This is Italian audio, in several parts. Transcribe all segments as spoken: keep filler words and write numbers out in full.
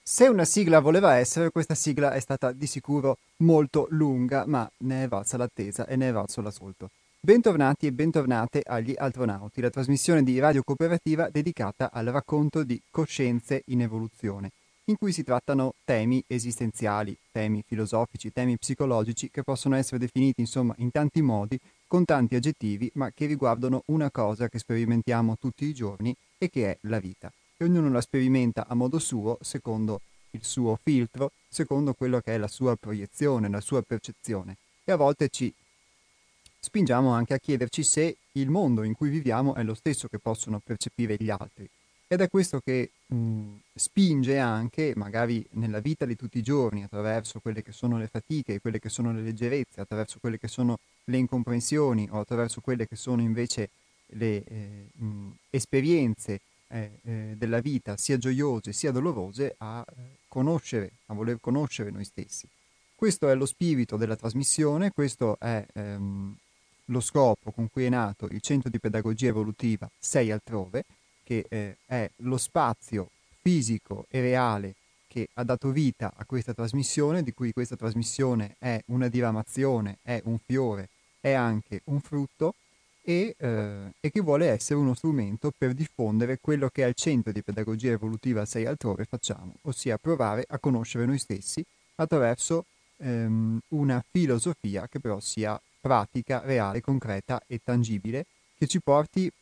Se una sigla voleva essere, questa sigla è stata di sicuro molto lunga, ma ne è valsa l'attesa e ne è valso l'ascolto. Bentornati e bentornate agli Altronauti, la trasmissione di Radio Cooperativa dedicata al racconto di coscienze in evoluzione, in cui si trattano temi esistenziali, temi filosofici, temi psicologici che possono essere definiti insomma in tanti modi, con tanti aggettivi, ma che riguardano una cosa che sperimentiamo tutti i giorni e che è la vita. E ognuno la sperimenta a modo suo, secondo il suo filtro, secondo quello che è la sua proiezione, la sua percezione. E a volte ci spingiamo anche a chiederci se il mondo in cui viviamo è lo stesso che possono percepire gli altri. Ed è questo che mh, spinge anche, magari nella vita di tutti i giorni, attraverso quelle che sono le fatiche, quelle che sono le leggerezze, attraverso quelle che sono le incomprensioni o attraverso quelle che sono invece le eh, mh, esperienze eh, eh, della vita, sia gioiose sia dolorose, a eh, conoscere, a voler conoscere noi stessi. Questo è lo spirito della trasmissione, questo è ehm, lo scopo con cui è nato il Centro di Pedagogia Evolutiva sei Altrove, che eh, è lo spazio fisico e reale che ha dato vita a questa trasmissione, di cui questa trasmissione è una diramazione, è un fiore, è anche un frutto, e, eh, e che vuole essere uno strumento per diffondere quello che al Centro di Pedagogia Evolutiva sei Altrove facciamo, ossia provare a conoscere noi stessi attraverso ehm, una filosofia che però sia pratica, reale, concreta e tangibile, che ci porti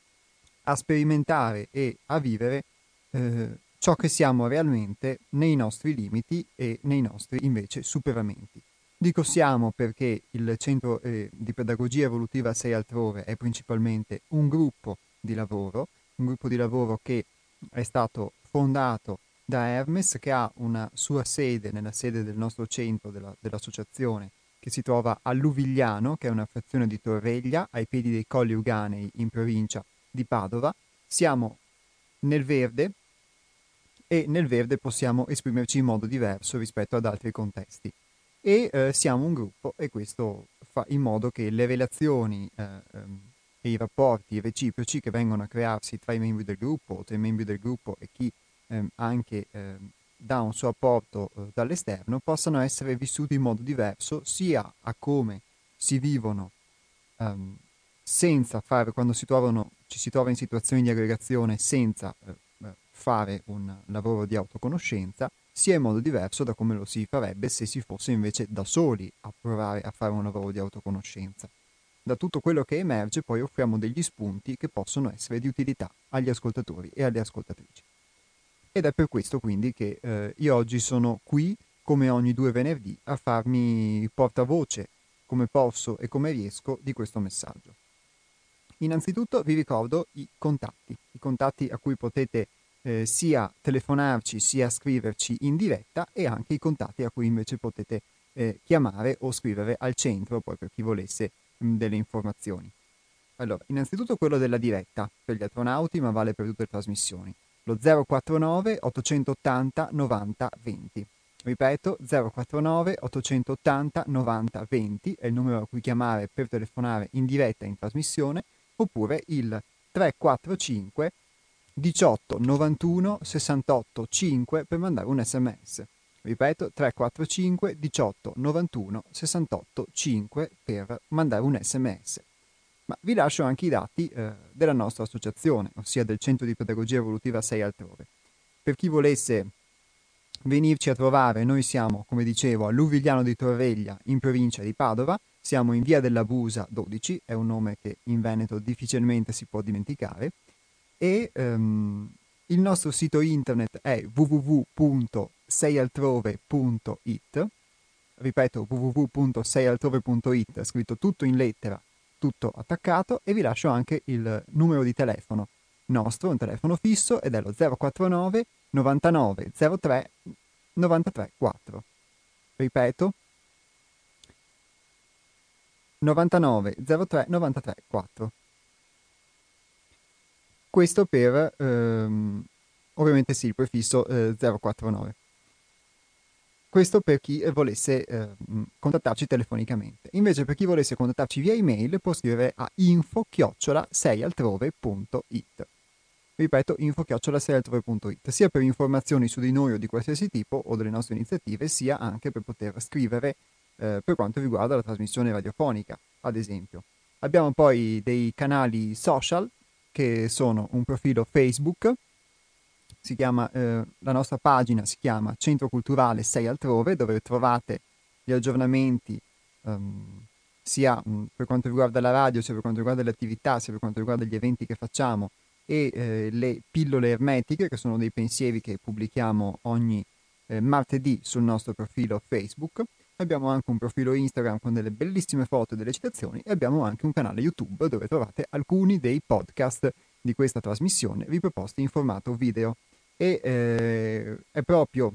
a sperimentare e a vivere eh, ciò che siamo realmente nei nostri limiti e nei nostri invece superamenti. Dico siamo perché il Centro eh, di Pedagogia Evolutiva sei Altrove è principalmente un gruppo di lavoro, un gruppo di lavoro che è stato fondato da Hermes, che ha una sua sede nella sede del nostro centro, della, dell'associazione, che si trova a Luvigliano, che è una frazione di Torreglia, ai piedi dei Colli Euganei in provincia di Padova. Siamo nel verde e nel verde possiamo esprimerci in modo diverso rispetto ad altri contesti. E eh, siamo un gruppo e questo fa in modo che le relazioni eh, ehm, e i rapporti reciproci che vengono a crearsi tra i membri del gruppo o tra i membri del gruppo e chi ehm, anche ehm, dà un suo apporto eh, dall'esterno possano essere vissuti in modo diverso sia a come si vivono ehm, senza fare, quando si trovano, ci si trova in situazioni di aggregazione senza eh, eh, fare un lavoro di autoconoscenza, sia in modo diverso da come lo si farebbe se si fosse invece da soli a provare a fare un lavoro di autoconoscenza. Da tutto quello che emerge poi offriamo degli spunti che possono essere di utilità agli ascoltatori e alle ascoltatrici. Ed è per questo quindi che eh, io oggi sono qui, come ogni due venerdì, a farmi portavoce come posso e come riesco di questo messaggio. Innanzitutto vi ricordo i contatti, i contatti a cui potete eh, sia telefonarci sia scriverci in diretta e anche i contatti a cui invece potete eh, chiamare o scrivere al centro, poi per chi volesse mh, delle informazioni. Allora, innanzitutto quello della diretta per gli astronauti, ma vale per tutte le trasmissioni. Lo zero quattro nove ottocentottanta novanta venti. Ripeto, zero quattro nove ottocentottanta novanta venti è il numero a cui chiamare per telefonare in diretta in trasmissione, oppure il tre quattro cinque diciotto novantuno sessantotto cinque per mandare un sms. Ripeto, tre quattro cinque diciotto novantuno sessantotto cinque per mandare un sms. Ma vi lascio anche i dati eh, della nostra associazione, ossia del Centro di Pedagogia Evolutiva sei Altrove. Per chi volesse venirci a trovare, noi siamo, come dicevo, a Luvigliano di Torreglia, in provincia di Padova, siamo in via della Busa dodici, è un nome che in Veneto difficilmente si può dimenticare, e ehm, il nostro sito internet è w w w punto sei altrove punto i t, ripeto w w w punto sei altrove punto i t, scritto tutto in lettera, tutto attaccato, e vi lascio anche il numero di telefono nostro, un telefono fisso, ed è lo zero quattro nove novantanove zero tre novantatré quattro. Ripeto, novantanove zero tre novantatré quattro. Questo per, ehm, ovviamente sì, il prefisso eh, zero quattro nove. Questo per chi eh, volesse eh, contattarci telefonicamente. Invece per chi volesse contattarci via email può scrivere a info chiocciola sei altrove punto i t. Ripeto, info chiocciola sei altrove punto it, sia per informazioni su di noi o di qualsiasi tipo o delle nostre iniziative, sia anche per poter scrivere eh, per quanto riguarda la trasmissione radiofonica, ad esempio. Abbiamo poi dei canali social che sono un profilo Facebook, si chiama, eh, la nostra pagina si chiama Centro Culturale sei altrove, dove trovate gli aggiornamenti ehm, sia mh, per quanto riguarda la radio, sia per quanto riguarda le attività, sia per quanto riguarda gli eventi che facciamo e eh, le pillole ermetiche, che sono dei pensieri che pubblichiamo ogni eh, martedì sul nostro profilo Facebook. Abbiamo anche un profilo Instagram con delle bellissime foto e delle citazioni e abbiamo anche un canale YouTube dove trovate alcuni dei podcast di questa trasmissione riproposti in formato video. E eh, è proprio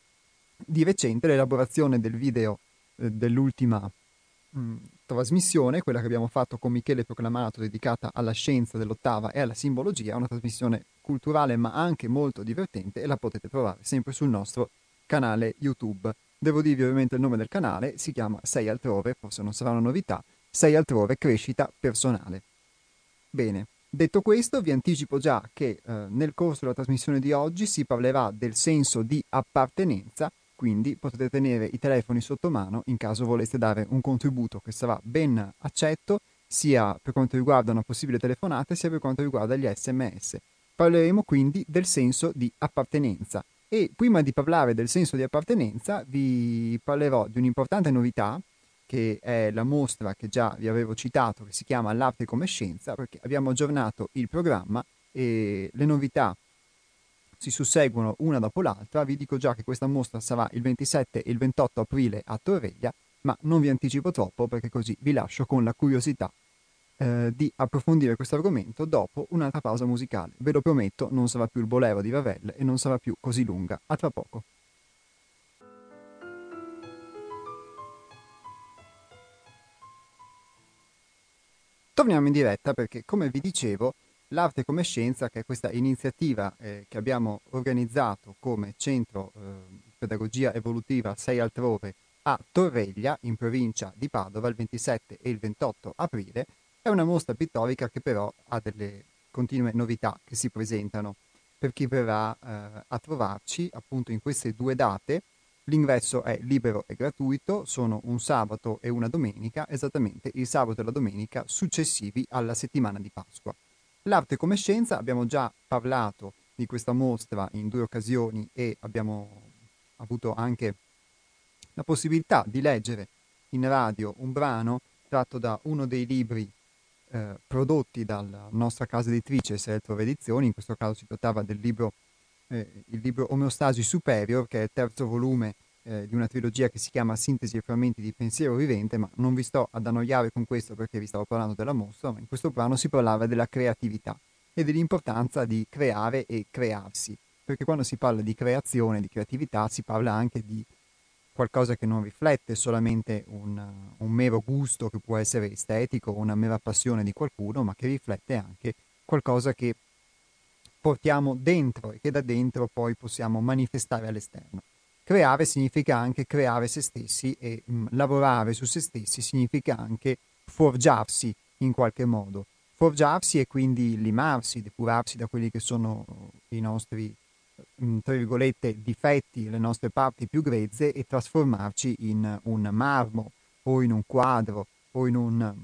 di recente l'elaborazione del video eh, dell'ultima mh, trasmissione, quella che abbiamo fatto con Michele Proclamato, dedicata alla scienza dell'ottava e alla simbologia, una trasmissione culturale ma anche molto divertente, e la potete trovare sempre sul nostro canale YouTube. Devo dirvi ovviamente il nome del canale, si chiama Sei Altrove, forse non sarà una novità, Sei Altrove Crescita Personale. Bene, detto questo, vi anticipo già che eh, nel corso della trasmissione di oggi si parlerà del senso di appartenenza, quindi potete tenere i telefoni sotto mano in caso voleste dare un contributo che sarà ben accetto, sia per quanto riguarda una possibile telefonata, sia per quanto riguarda gli sms. Parleremo quindi del senso di appartenenza. E prima di parlare del senso di appartenenza vi parlerò di un'importante novità, che è la mostra che già vi avevo citato, che si chiama L'arte come scienza, perché abbiamo aggiornato il programma e le novità si susseguono una dopo l'altra. Vi dico già che questa mostra sarà il ventisette e il ventotto aprile a Torreglia, ma non vi anticipo troppo perché così vi lascio con la curiosità eh, di approfondire questo argomento dopo un'altra pausa musicale. Ve lo prometto, non sarà più il bolero di Ravel e non sarà più così lunga. A tra poco. Torniamo in diretta perché, come vi dicevo, l'arte come scienza, che è questa iniziativa eh, che abbiamo organizzato come centro eh, pedagogia evolutiva sei altrove a Torreglia, in provincia di Padova, il ventisette e il ventotto aprile, è una mostra pittorica che però ha delle continue novità che si presentano per chi verrà eh, a trovarci appunto in queste due date. L'ingresso è libero e gratuito, sono un sabato e una domenica, esattamente il sabato e la domenica successivi alla settimana di Pasqua. L'arte come scienza, abbiamo già parlato di questa mostra in due occasioni e abbiamo avuto anche la possibilità di leggere in radio un brano tratto da uno dei libri eh, prodotti dalla nostra casa editrice Seltro Edizioni. In questo caso si trattava del libro eh, il libro Omeostasi Superior, che è il terzo volume eh, di una trilogia che si chiama Sintesi e frammenti di pensiero vivente, ma non vi sto ad annoiare con questo perché vi stavo parlando della mostra, ma in questo brano si parlava della creatività e dell'importanza di creare e crearsi, perché quando si parla di creazione, di creatività, si parla anche di qualcosa che non riflette solamente un, un mero gusto che può essere estetico o una mera passione di qualcuno, ma che riflette anche qualcosa che portiamo dentro e che da dentro poi possiamo manifestare all'esterno. Creare significa anche creare se stessi e mh, lavorare su se stessi significa anche forgiarsi in qualche modo. Forgiarsi e quindi limarsi, depurarsi da quelli che sono i nostri, mh, tra virgolette, difetti, le nostre parti più grezze, e trasformarci in un marmo o in un quadro o in un,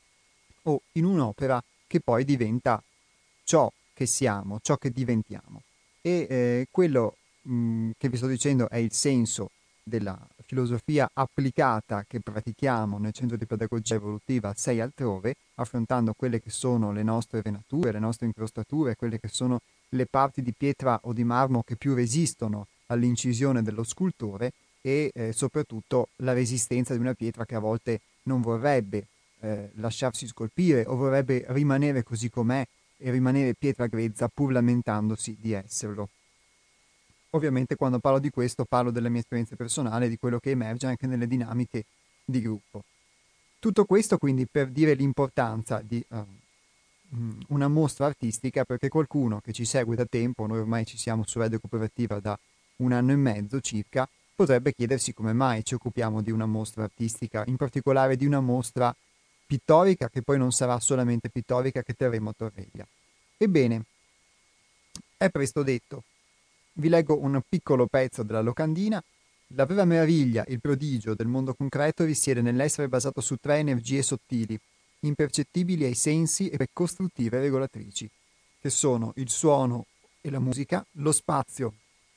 o in un'opera che poi diventa ciò che siamo, ciò che diventiamo. E eh, quello mh, che vi sto dicendo è il senso della filosofia applicata che pratichiamo nel Centro di Pedagogia Evolutiva sei altrove, affrontando quelle che sono le nostre venature, le nostre incrostature, quelle che sono le parti di pietra o di marmo che più resistono all'incisione dello scultore e eh, soprattutto la resistenza di una pietra che a volte non vorrebbe eh, lasciarsi scolpire o vorrebbe rimanere così com'è e rimanere pietra grezza pur lamentandosi di esserlo. Ovviamente quando parlo di questo parlo della mia esperienza personale, di quello che emerge anche nelle dinamiche di gruppo. Tutto questo quindi per dire l'importanza di uh, una mostra artistica, perché qualcuno che ci segue da tempo, noi ormai ci siamo su Radio Cooperativa da un anno e mezzo circa, potrebbe chiedersi come mai ci occupiamo di una mostra artistica, in particolare di una mostra pittorica che poi non sarà solamente pittorica che terremo a Torreglia. Ebbene, È presto detto. Vi leggo un piccolo pezzo della locandina. La vera meraviglia, il prodigio del mondo concreto risiede nell'essere basato su tre energie sottili, impercettibili ai sensi e costruttive regolatrici, che sono il suono e la musica, lo spazio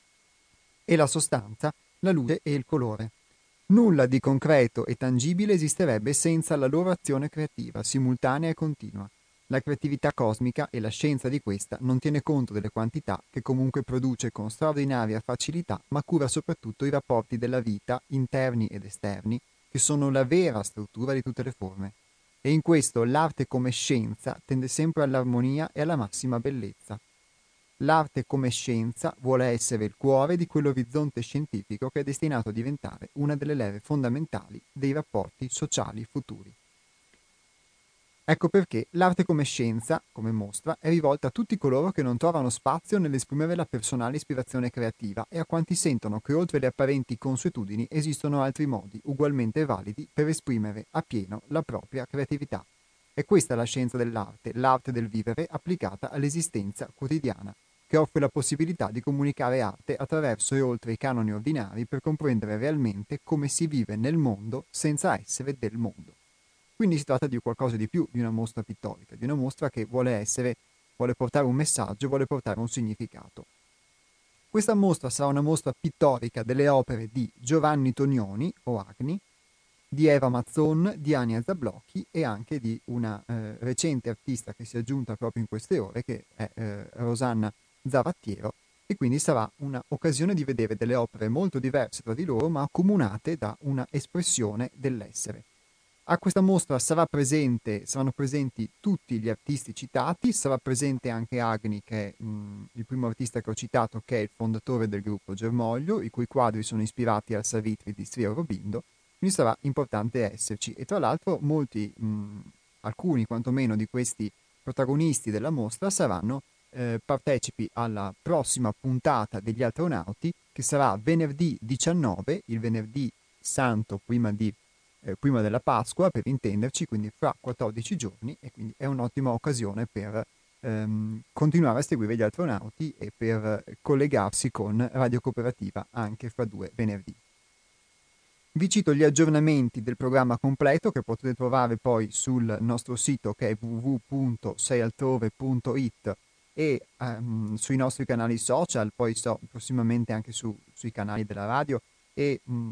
e la sostanza, la luce e il colore. Nulla di concreto e tangibile esisterebbe senza la loro azione creativa, simultanea e continua. La creatività cosmica e la scienza di questa non tiene conto delle quantità, che comunque produce con straordinaria facilità, ma cura soprattutto i rapporti della vita, interni ed esterni, che sono la vera struttura di tutte le forme. E in questo l'arte come scienza tende sempre all'armonia e alla massima bellezza. L'arte come scienza vuole essere il cuore di quell'orizzonte scientifico che è destinato a diventare una delle leve fondamentali dei rapporti sociali futuri. Ecco perché l'arte come scienza, come mostra, è rivolta a tutti coloro che non trovano spazio nell'esprimere la personale ispirazione creativa e a quanti sentono che oltre le apparenti consuetudini esistono altri modi ugualmente validi per esprimere appieno la propria creatività. È questa la scienza dell'arte, l'arte del vivere applicata all'esistenza quotidiana, che offre la possibilità di comunicare arte attraverso e oltre i canoni ordinari per comprendere realmente come si vive nel mondo senza essere del mondo. Quindi si tratta di qualcosa di più di una mostra pittorica, di una mostra che vuole essere, vuole portare un messaggio, vuole portare un significato. Questa mostra sarà una mostra pittorica delle opere di Giovanni Tonioni, o Agni, di Eva Mazzon, di Ania Zablocchi e anche di una eh, recente artista che si è aggiunta proprio in queste ore, che è eh, Rosanna Zavattiero, e quindi sarà un'occasione di vedere delle opere molto diverse tra di loro, ma accomunate da una espressione dell'essere. A questa mostra sarà presente, saranno presenti tutti gli artisti citati, sarà presente anche Agni, che è mh, il primo artista che ho citato, che è il fondatore del gruppo Germoglio, i cui quadri sono ispirati al Savitri di Sri Aurobindo, quindi sarà importante esserci. E tra l'altro molti, mh, alcuni quantomeno di questi protagonisti della mostra saranno eh, partecipi alla prossima puntata degli Astronauti, che sarà venerdì diciannove, il venerdì santo prima di Eh, prima della Pasqua, per intenderci, quindi fra quattordici giorni, e quindi è un'ottima occasione per ehm, continuare a seguire gli astronauti e per collegarsi con Radio Cooperativa anche fra due venerdì. Vi cito gli aggiornamenti del programma completo che potete trovare poi sul nostro sito, che è w w w punto sei altrove punto i t, e um, sui nostri canali social, poi so, prossimamente anche su, sui canali della radio e um,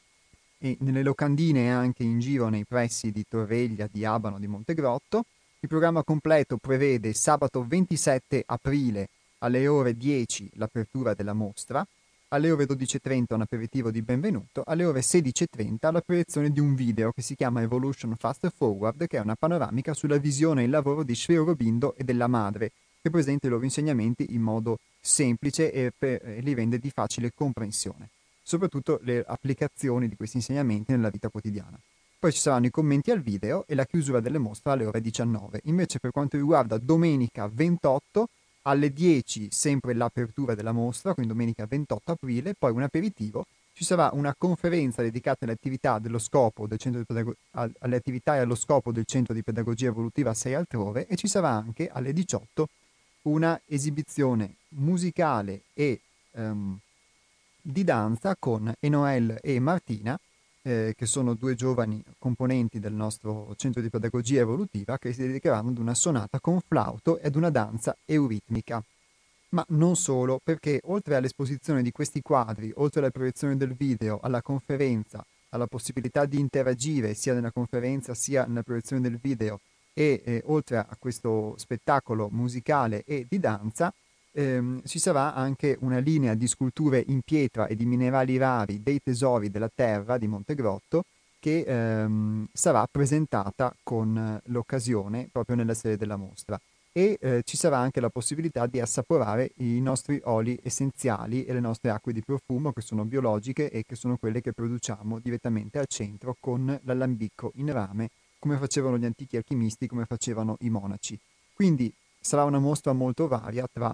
e nelle locandine e anche in giro nei pressi di Torreglia, di Abano, di Montegrotto. Il programma completo prevede sabato ventisette aprile alle ore dieci l'apertura della mostra, alle ore dodici e trenta un aperitivo di benvenuto, alle ore sedici e trenta la proiezione di un video che si chiama Evolution Fast Forward, che è una panoramica sulla visione e il lavoro di Sri Aurobindo e della madre, che presenta i loro insegnamenti in modo semplice e, per, e li rende di facile comprensione, soprattutto le applicazioni di questi insegnamenti nella vita quotidiana. Poi ci saranno i commenti al video e la chiusura delle mostre alle ore diciannove. Invece per quanto riguarda domenica ventotto, alle dieci sempre l'apertura della mostra, quindi domenica ventotto aprile, poi un aperitivo, ci sarà una conferenza dedicata alle attività dello scopo del centro di pedago- alle attività e allo scopo del Centro di Pedagogia Evolutiva sei altrove, e ci sarà anche alle diciotto una esibizione musicale e um, di danza con Enoel e Martina, eh, che sono due giovani componenti del nostro centro di pedagogia evolutiva, che si dedicheranno ad una sonata con flauto e ad una danza euritmica. Ma non solo, perché oltre all'esposizione di questi quadri, oltre alla proiezione del video, alla conferenza, alla possibilità di interagire sia nella conferenza sia nella proiezione del video, e eh, oltre a questo spettacolo musicale e di danza, ehm, ci sarà anche una linea di sculture in pietra e di minerali rari dei tesori della terra di Montegrotto, che ehm, sarà presentata con l'occasione proprio nella sede della mostra. E eh, ci sarà anche la possibilità di assaporare i nostri oli essenziali e le nostre acque di profumo, che sono biologiche e che sono quelle che produciamo direttamente al centro con l'alambicco in rame, come facevano gli antichi alchimisti, come facevano i monaci. Quindi sarà una mostra molto varia tra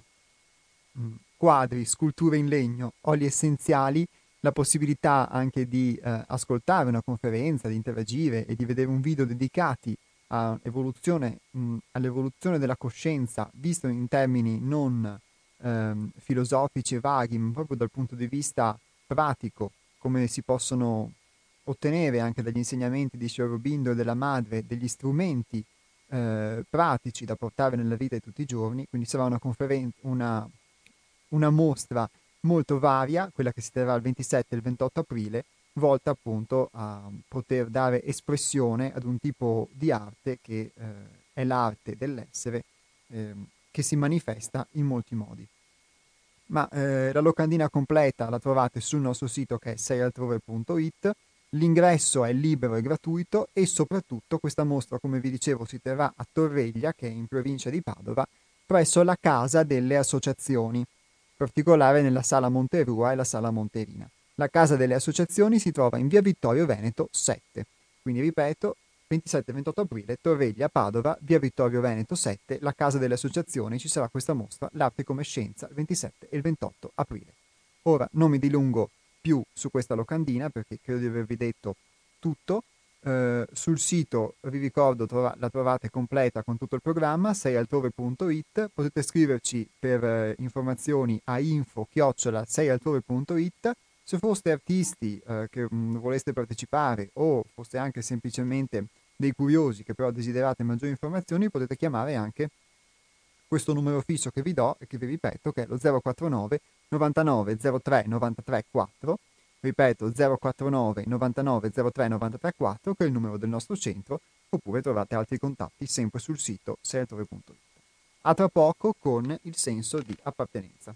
mh, quadri, sculture in legno, oli essenziali, la possibilità anche di eh, ascoltare una conferenza, di interagire e di vedere un video dedicati a evoluzione, mh, all'evoluzione della coscienza, visto in termini non ehm, filosofici e vaghi, ma proprio dal punto di vista pratico, come si possono ottenere anche dagli insegnamenti di Sri Aurobindo e della madre degli strumenti eh, pratici da portare nella vita di tutti i giorni. Quindi sarà una conferenza, una, una mostra molto varia, quella che si terrà il ventisette e il ventotto aprile, volta appunto a poter dare espressione ad un tipo di arte che eh, è l'arte dell'essere, ehm, che si manifesta in molti modi. Ma eh, la locandina completa la trovate sul nostro sito, che è sei altrove punto it. L'ingresso è libero e gratuito, e soprattutto questa mostra, come vi dicevo, si terrà a Torreglia, che è in provincia di Padova, presso la Casa delle Associazioni, in particolare nella Sala Monterua e la Sala Monterina. La Casa delle Associazioni si trova in via Vittorio Veneto sette. Quindi ripeto, ventisette e ventotto aprile, Torreglia, Padova, via Vittorio Veneto sette, la Casa delle Associazioni. Ci sarà questa mostra, L'arte come scienza, il ventisette e il ventotto aprile. Ora non mi dilungo più su questa locandina, perché credo di avervi detto tutto. Eh, sul sito, vi ricordo, trova- la trovate completa con tutto il programma, sei altrove punto it. Potete scriverci per eh, informazioni a info chiocciola sei altrove punto it. Se foste artisti eh, che mh, voleste partecipare, o foste anche semplicemente dei curiosi che però desiderate maggiori informazioni, potete chiamare anche questo numero fisso che vi do e che vi ripeto, che è lo zero quattro nove novantanove zero tre novantatré quattro. Ripeto, zero quattro nove novantanove zero tre novantatré quattro, che è il numero del nostro centro, oppure trovate altri contatti sempre sul sito sei altrove punto it. A tra poco con il senso di appartenenza.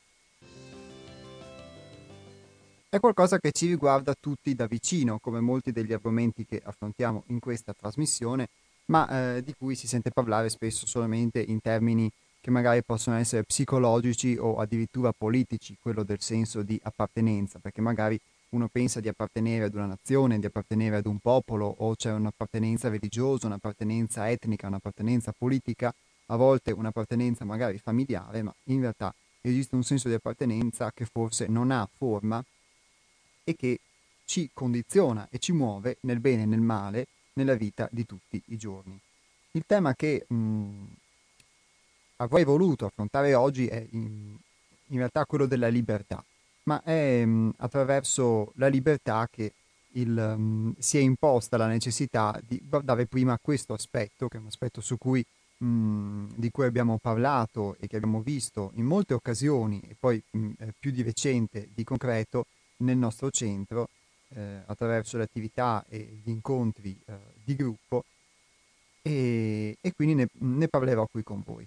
È qualcosa che ci riguarda tutti da vicino, come molti degli argomenti che affrontiamo in questa trasmissione, ma eh, di cui si sente parlare spesso solamente in termini che magari possono essere psicologici o addirittura politici, quello del senso di appartenenza, perché magari uno pensa di appartenere ad una nazione, di appartenere ad un popolo, o c'è un'appartenenza religiosa, un'appartenenza etnica, un'appartenenza politica, a volte un'appartenenza magari familiare, ma in realtà esiste un senso di appartenenza che forse non ha forma e che ci condiziona e ci muove nel bene e nel male nella vita di tutti i giorni. Il tema che mh, avrei voluto affrontare oggi è in, in realtà quello della libertà, ma è mh, attraverso la libertà che il, mh, si è imposta la necessità di guardare prima questo aspetto, che è un aspetto su cui, mh, di cui abbiamo parlato e che abbiamo visto in molte occasioni, e poi mh, eh, più di recente, di concreto, nel nostro centro, eh, attraverso le attività e gli incontri eh, di gruppo, e, e quindi ne, ne parlerò qui con voi.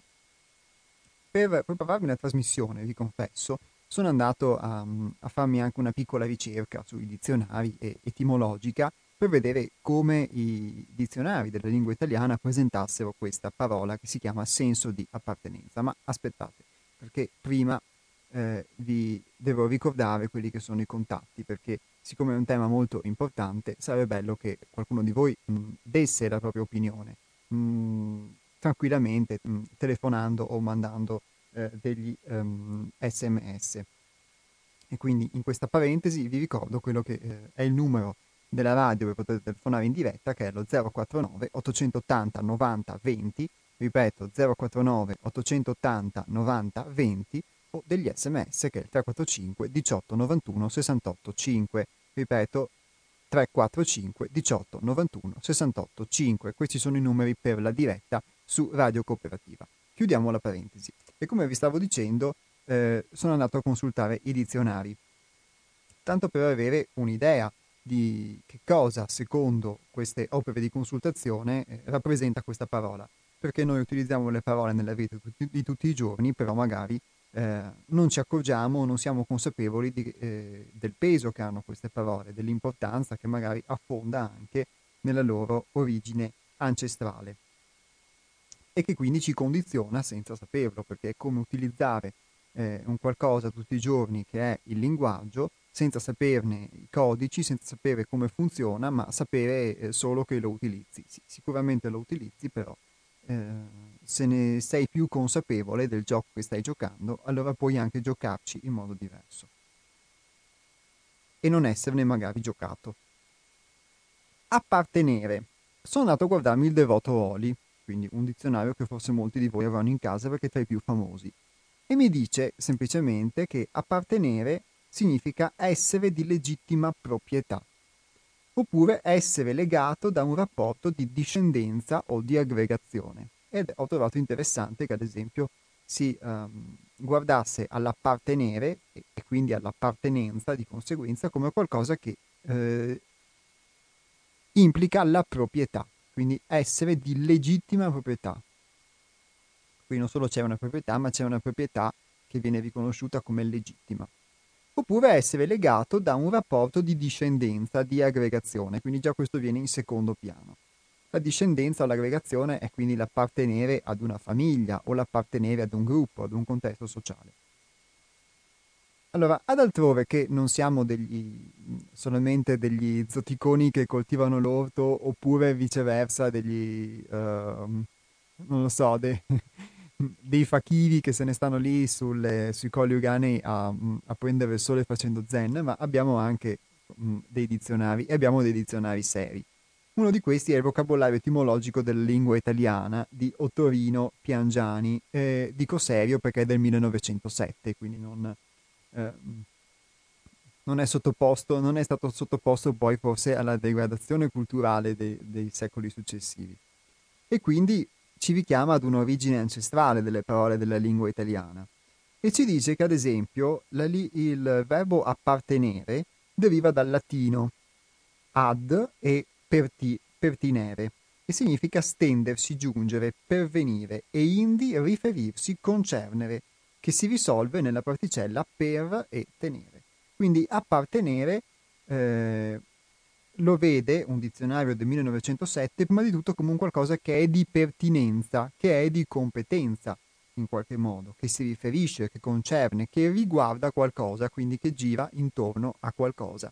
Per prepararmi la trasmissione, vi confesso, sono andato a, a farmi anche una piccola ricerca sui dizionari e etimologica, per vedere come i dizionari della lingua italiana presentassero questa parola che si chiama senso di appartenenza. Ma aspettate, perché prima eh, vi devo ricordare quelli che sono i contatti, perché siccome è un tema molto importante, sarebbe bello che qualcuno di voi mh, desse la propria opinione, mh, tranquillamente, mh, telefonando o mandando eh, degli um, sms. E quindi in questa parentesi vi ricordo quello che eh, è il numero della radio dove potete telefonare in diretta, che è lo zero quattro nove ottocentottanta novanta venti, ripeto zero quattro nove ottocentottanta novanta venti, o degli sms, che è il tre quattro cinque diciotto novantuno sessantotto cinque, ripeto tre quattro cinque diciotto novantuno sessantotto cinque. Questi sono i numeri per la diretta su Radio Cooperativa. Chiudiamo la parentesi. E come vi stavo dicendo, eh, sono andato a consultare i dizionari, tanto per avere un'idea di che cosa, secondo queste opere di consultazione, eh, rappresenta questa parola. Perché noi utilizziamo le parole nella vita di, di tutti i giorni, però magari eh, non ci accorgiamo, non siamo consapevoli di, eh, del peso che hanno queste parole, dell'importanza che magari affonda anche nella loro origine ancestrale, e che quindi ci condiziona senza saperlo, perché è come utilizzare eh, un qualcosa tutti i giorni che è il linguaggio, senza saperne i codici, senza sapere come funziona, ma sapere eh, solo che lo utilizzi. Sì, sicuramente lo utilizzi, però eh, se ne sei più consapevole del gioco che stai giocando, allora puoi anche giocarci in modo diverso e non esserne magari giocato. Appartenere. Sono andato a guardarmi il Devoto Oli, quindi un dizionario che forse molti di voi avranno in casa perché è tra i più famosi. e mi dice semplicemente che appartenere significa essere di legittima proprietà, oppure essere legato da un rapporto di discendenza o di aggregazione. Ed ho trovato interessante che, ad esempio, si ehm, guardasse all'appartenere e, e quindi all'appartenenza di conseguenza come qualcosa che eh, implica la proprietà, quindi essere di legittima proprietà. Qui non solo c'è una proprietà, ma c'è una proprietà che viene riconosciuta come legittima. Oppure essere legato da un rapporto di discendenza, di aggregazione, quindi già questo viene in secondo piano. La discendenza o l'aggregazione è quindi l'appartenere ad una famiglia o l'appartenere ad un gruppo, ad un contesto sociale. Allora, ad altrove che non siamo degli, solamente degli zoticoni che coltivano l'orto oppure viceversa degli, ehm, non lo so, de- dei fakiri che se ne stanno lì sulle- sui colli uganei a, a prendere il sole facendo zen, ma abbiamo anche mh, dei dizionari e abbiamo dei dizionari seri. Uno di questi è il vocabolario etimologico della lingua italiana di Ottorino Piangiani. Eh, dico serio perché è del millenovecentosette, quindi non, eh, non è sottoposto, non è stato sottoposto poi forse alla degradazione culturale dei, dei secoli successivi. E quindi ci richiama ad un'origine ancestrale delle parole della lingua italiana. E ci dice che, ad esempio, la li- il verbo appartenere deriva dal latino ad e perti- pertinere, e significa stendersi, giungere, pervenire e indi riferirsi, concernere, che si risolve nella particella per e tenere. Quindi appartenere eh, lo vede un dizionario del millenovecentosette prima di tutto come un qualcosa che è di pertinenza, che è di competenza in qualche modo, che si riferisce, che concerne, che riguarda qualcosa, quindi che gira intorno a qualcosa.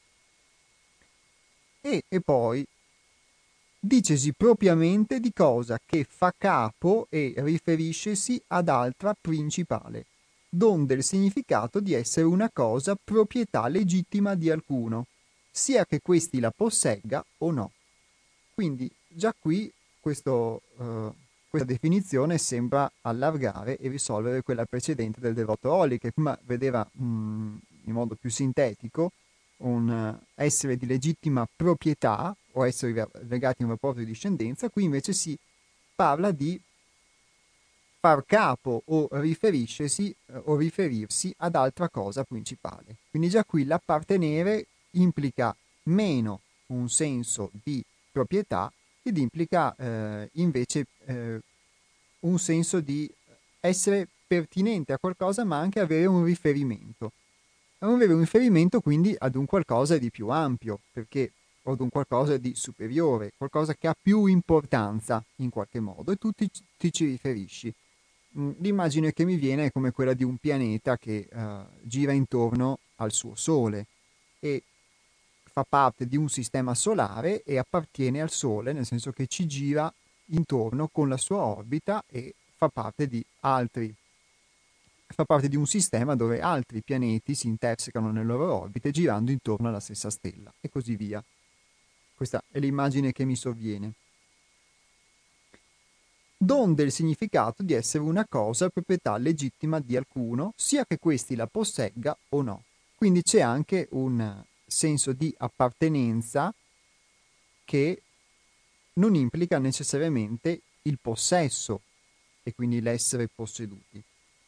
E, e poi dicesi propriamente di cosa che fa capo e riferiscesi ad altra principale, donde il significato di essere una cosa proprietà legittima di alcuno, sia che questi la possegga o no. Quindi già qui questo, eh, questa definizione sembra allargare e risolvere quella precedente del devoto Oli, che prima vedeva mh, in modo più sintetico un eh, essere di legittima proprietà o essere legati a un rapporto di discendenza. Qui invece si parla di far capo o riferiscesi eh, o riferirsi ad altra cosa principale. Quindi già qui l'appartenere implica meno un senso di proprietà ed implica eh, invece eh, un senso di essere pertinente a qualcosa ma anche avere un riferimento. Avere un riferimento quindi ad un qualcosa di più ampio, perché o ad un qualcosa di superiore, qualcosa che ha più importanza in qualche modo e tu ti, ti ci riferisci. Mm, L'immagine che mi viene è come quella di un pianeta che eh, gira intorno al suo Sole e fa parte di un sistema solare e appartiene al Sole, nel senso che ci gira intorno con la sua orbita e fa parte di altri, fa parte di un sistema dove altri pianeti si intersecano nelle loro orbite girando intorno alla stessa stella e così via. Questa è l'immagine che mi sovviene. Donde il significato di essere una cosa proprietà legittima di alcuno, sia che questi la possegga o no. Quindi c'è anche un senso di appartenenza che non implica necessariamente il possesso e quindi l'essere posseduti.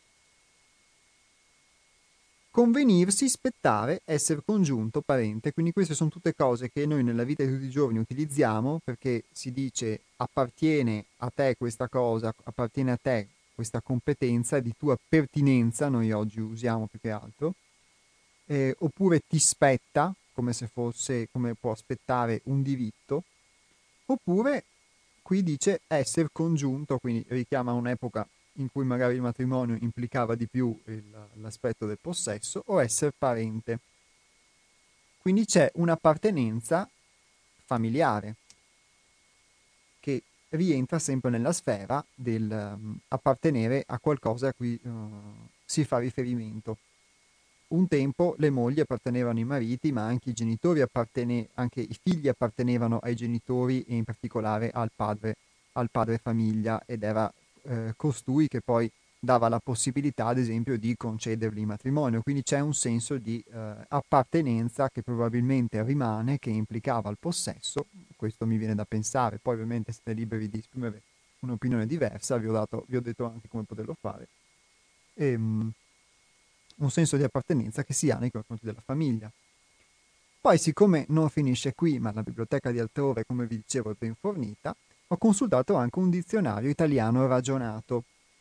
Convenirsi, spettare, essere congiunto, parente, quindi queste sono tutte cose che noi nella vita di tutti i giorni utilizziamo perché si dice appartiene a te questa cosa, appartiene a te questa competenza, di tua pertinenza, noi oggi usiamo più che altro, eh, oppure ti spetta, come se fosse, come può aspettare un diritto, oppure qui dice essere congiunto, quindi richiama un'epoca in cui magari il matrimonio implicava di più il- l'aspetto del possesso, o essere parente. Quindi c'è un'appartenenza familiare che rientra sempre nella sfera del um, appartenere a qualcosa a cui uh, si fa riferimento. Un tempo le mogli appartenevano ai mariti, ma anche i genitori appartene- anche i figli appartenevano ai genitori e in particolare al padre, al padre famiglia ed era eh, costui che poi dava la possibilità, ad esempio, di concedergli matrimonio. Quindi c'è un senso di eh, appartenenza che probabilmente rimane, che implicava il possesso. Questo mi viene da pensare. Poi ovviamente siete liberi di esprimere un'opinione diversa, vi ho, dato, vi ho detto anche come poterlo fare. E, um, un senso di appartenenza che si ha nei confronti della famiglia. Poi, siccome non finisce qui, ma la biblioteca di altrove, come vi dicevo, è ben fornita, ho consultato anche un dizionario italiano ragionato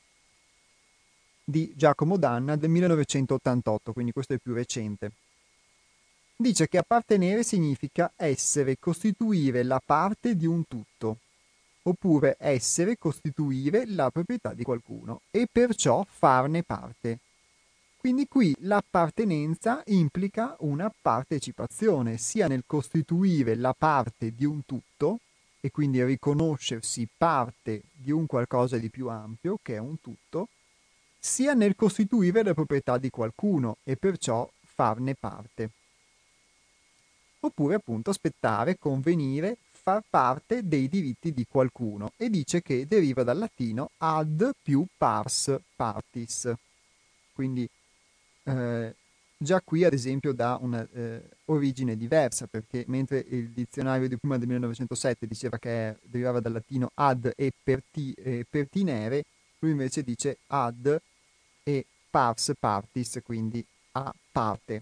di Giacomo Danna del millenovecentottantotto, quindi questo è più recente. Dice che appartenere significa essere, costituire la parte di un tutto, oppure essere, costituire la proprietà di qualcuno e perciò farne parte. Quindi qui l'appartenenza implica una partecipazione sia nel costituire la parte di un tutto e quindi riconoscersi parte di un qualcosa di più ampio che è un tutto, sia nel costituire la proprietà di qualcuno e perciò farne parte. Oppure appunto aspettare, convenire, far parte dei diritti di qualcuno, e dice che deriva dal latino ad più pars partis. Quindi eh, già qui ad esempio dà una eh, origine diversa, perché mentre il dizionario di prima del millenovecentosette diceva che derivava dal latino ad e perti, eh, pertinere, lui invece dice ad e pars partis, quindi a parte.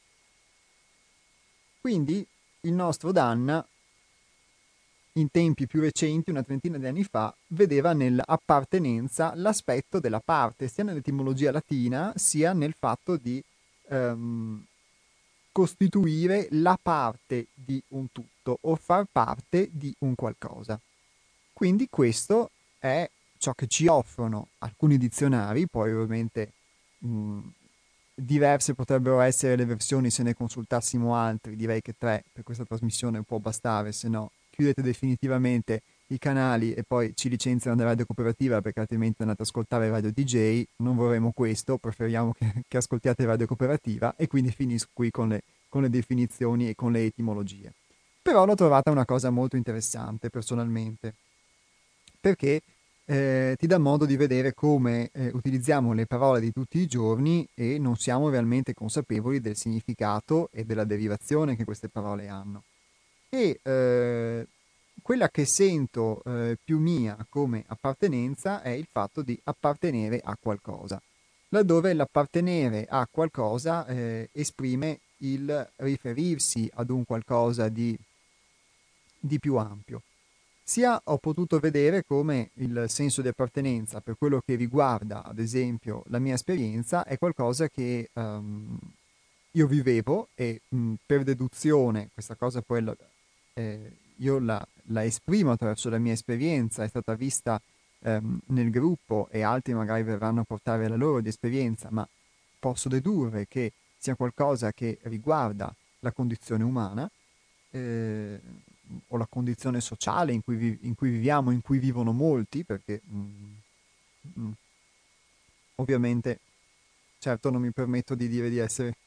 Quindi il nostro Danna, in tempi più recenti, una trentina di anni fa, vedeva nell'appartenenza l'aspetto della parte, sia nell'etimologia latina, sia nel fatto di ehm, costituire la parte di un tutto o far parte di un qualcosa. Quindi questo è ciò che ci offrono alcuni dizionari, poi ovviamente mh, diverse potrebbero essere le versioni se ne consultassimo altri, direi che tre per questa trasmissione può bastare, se no chiudete definitivamente i canali e poi ci licenziano da Radio Cooperativa, perché altrimenti andate ad ascoltare Radio D J, non vorremmo questo, preferiamo che, che ascoltiate Radio Cooperativa, e quindi finisco qui con le, con le definizioni e con le etimologie. Però l'ho trovata una cosa molto interessante personalmente, perché eh, ti dà modo di vedere come eh, utilizziamo le parole di tutti i giorni e non siamo realmente consapevoli del significato e della derivazione che queste parole hanno. E eh, quella che sento eh, più mia come appartenenza è il fatto di appartenere a qualcosa, laddove l'appartenere a qualcosa eh, esprime il riferirsi ad un qualcosa di, di più ampio. Sia ho potuto vedere come il senso di appartenenza, per quello che riguarda, ad esempio, la mia esperienza, è qualcosa che um, io vivevo e mh, per deduzione, questa cosa poi la, eh, io la, la esprimo attraverso la mia esperienza, è stata vista ehm, nel gruppo e altri magari verranno a portare la loro di esperienza, ma posso dedurre che sia qualcosa che riguarda la condizione umana, eh, o la condizione sociale in cui, vi- in cui viviamo, in cui vivono molti, perché mm, mm, ovviamente, certo non mi permetto di dire di essere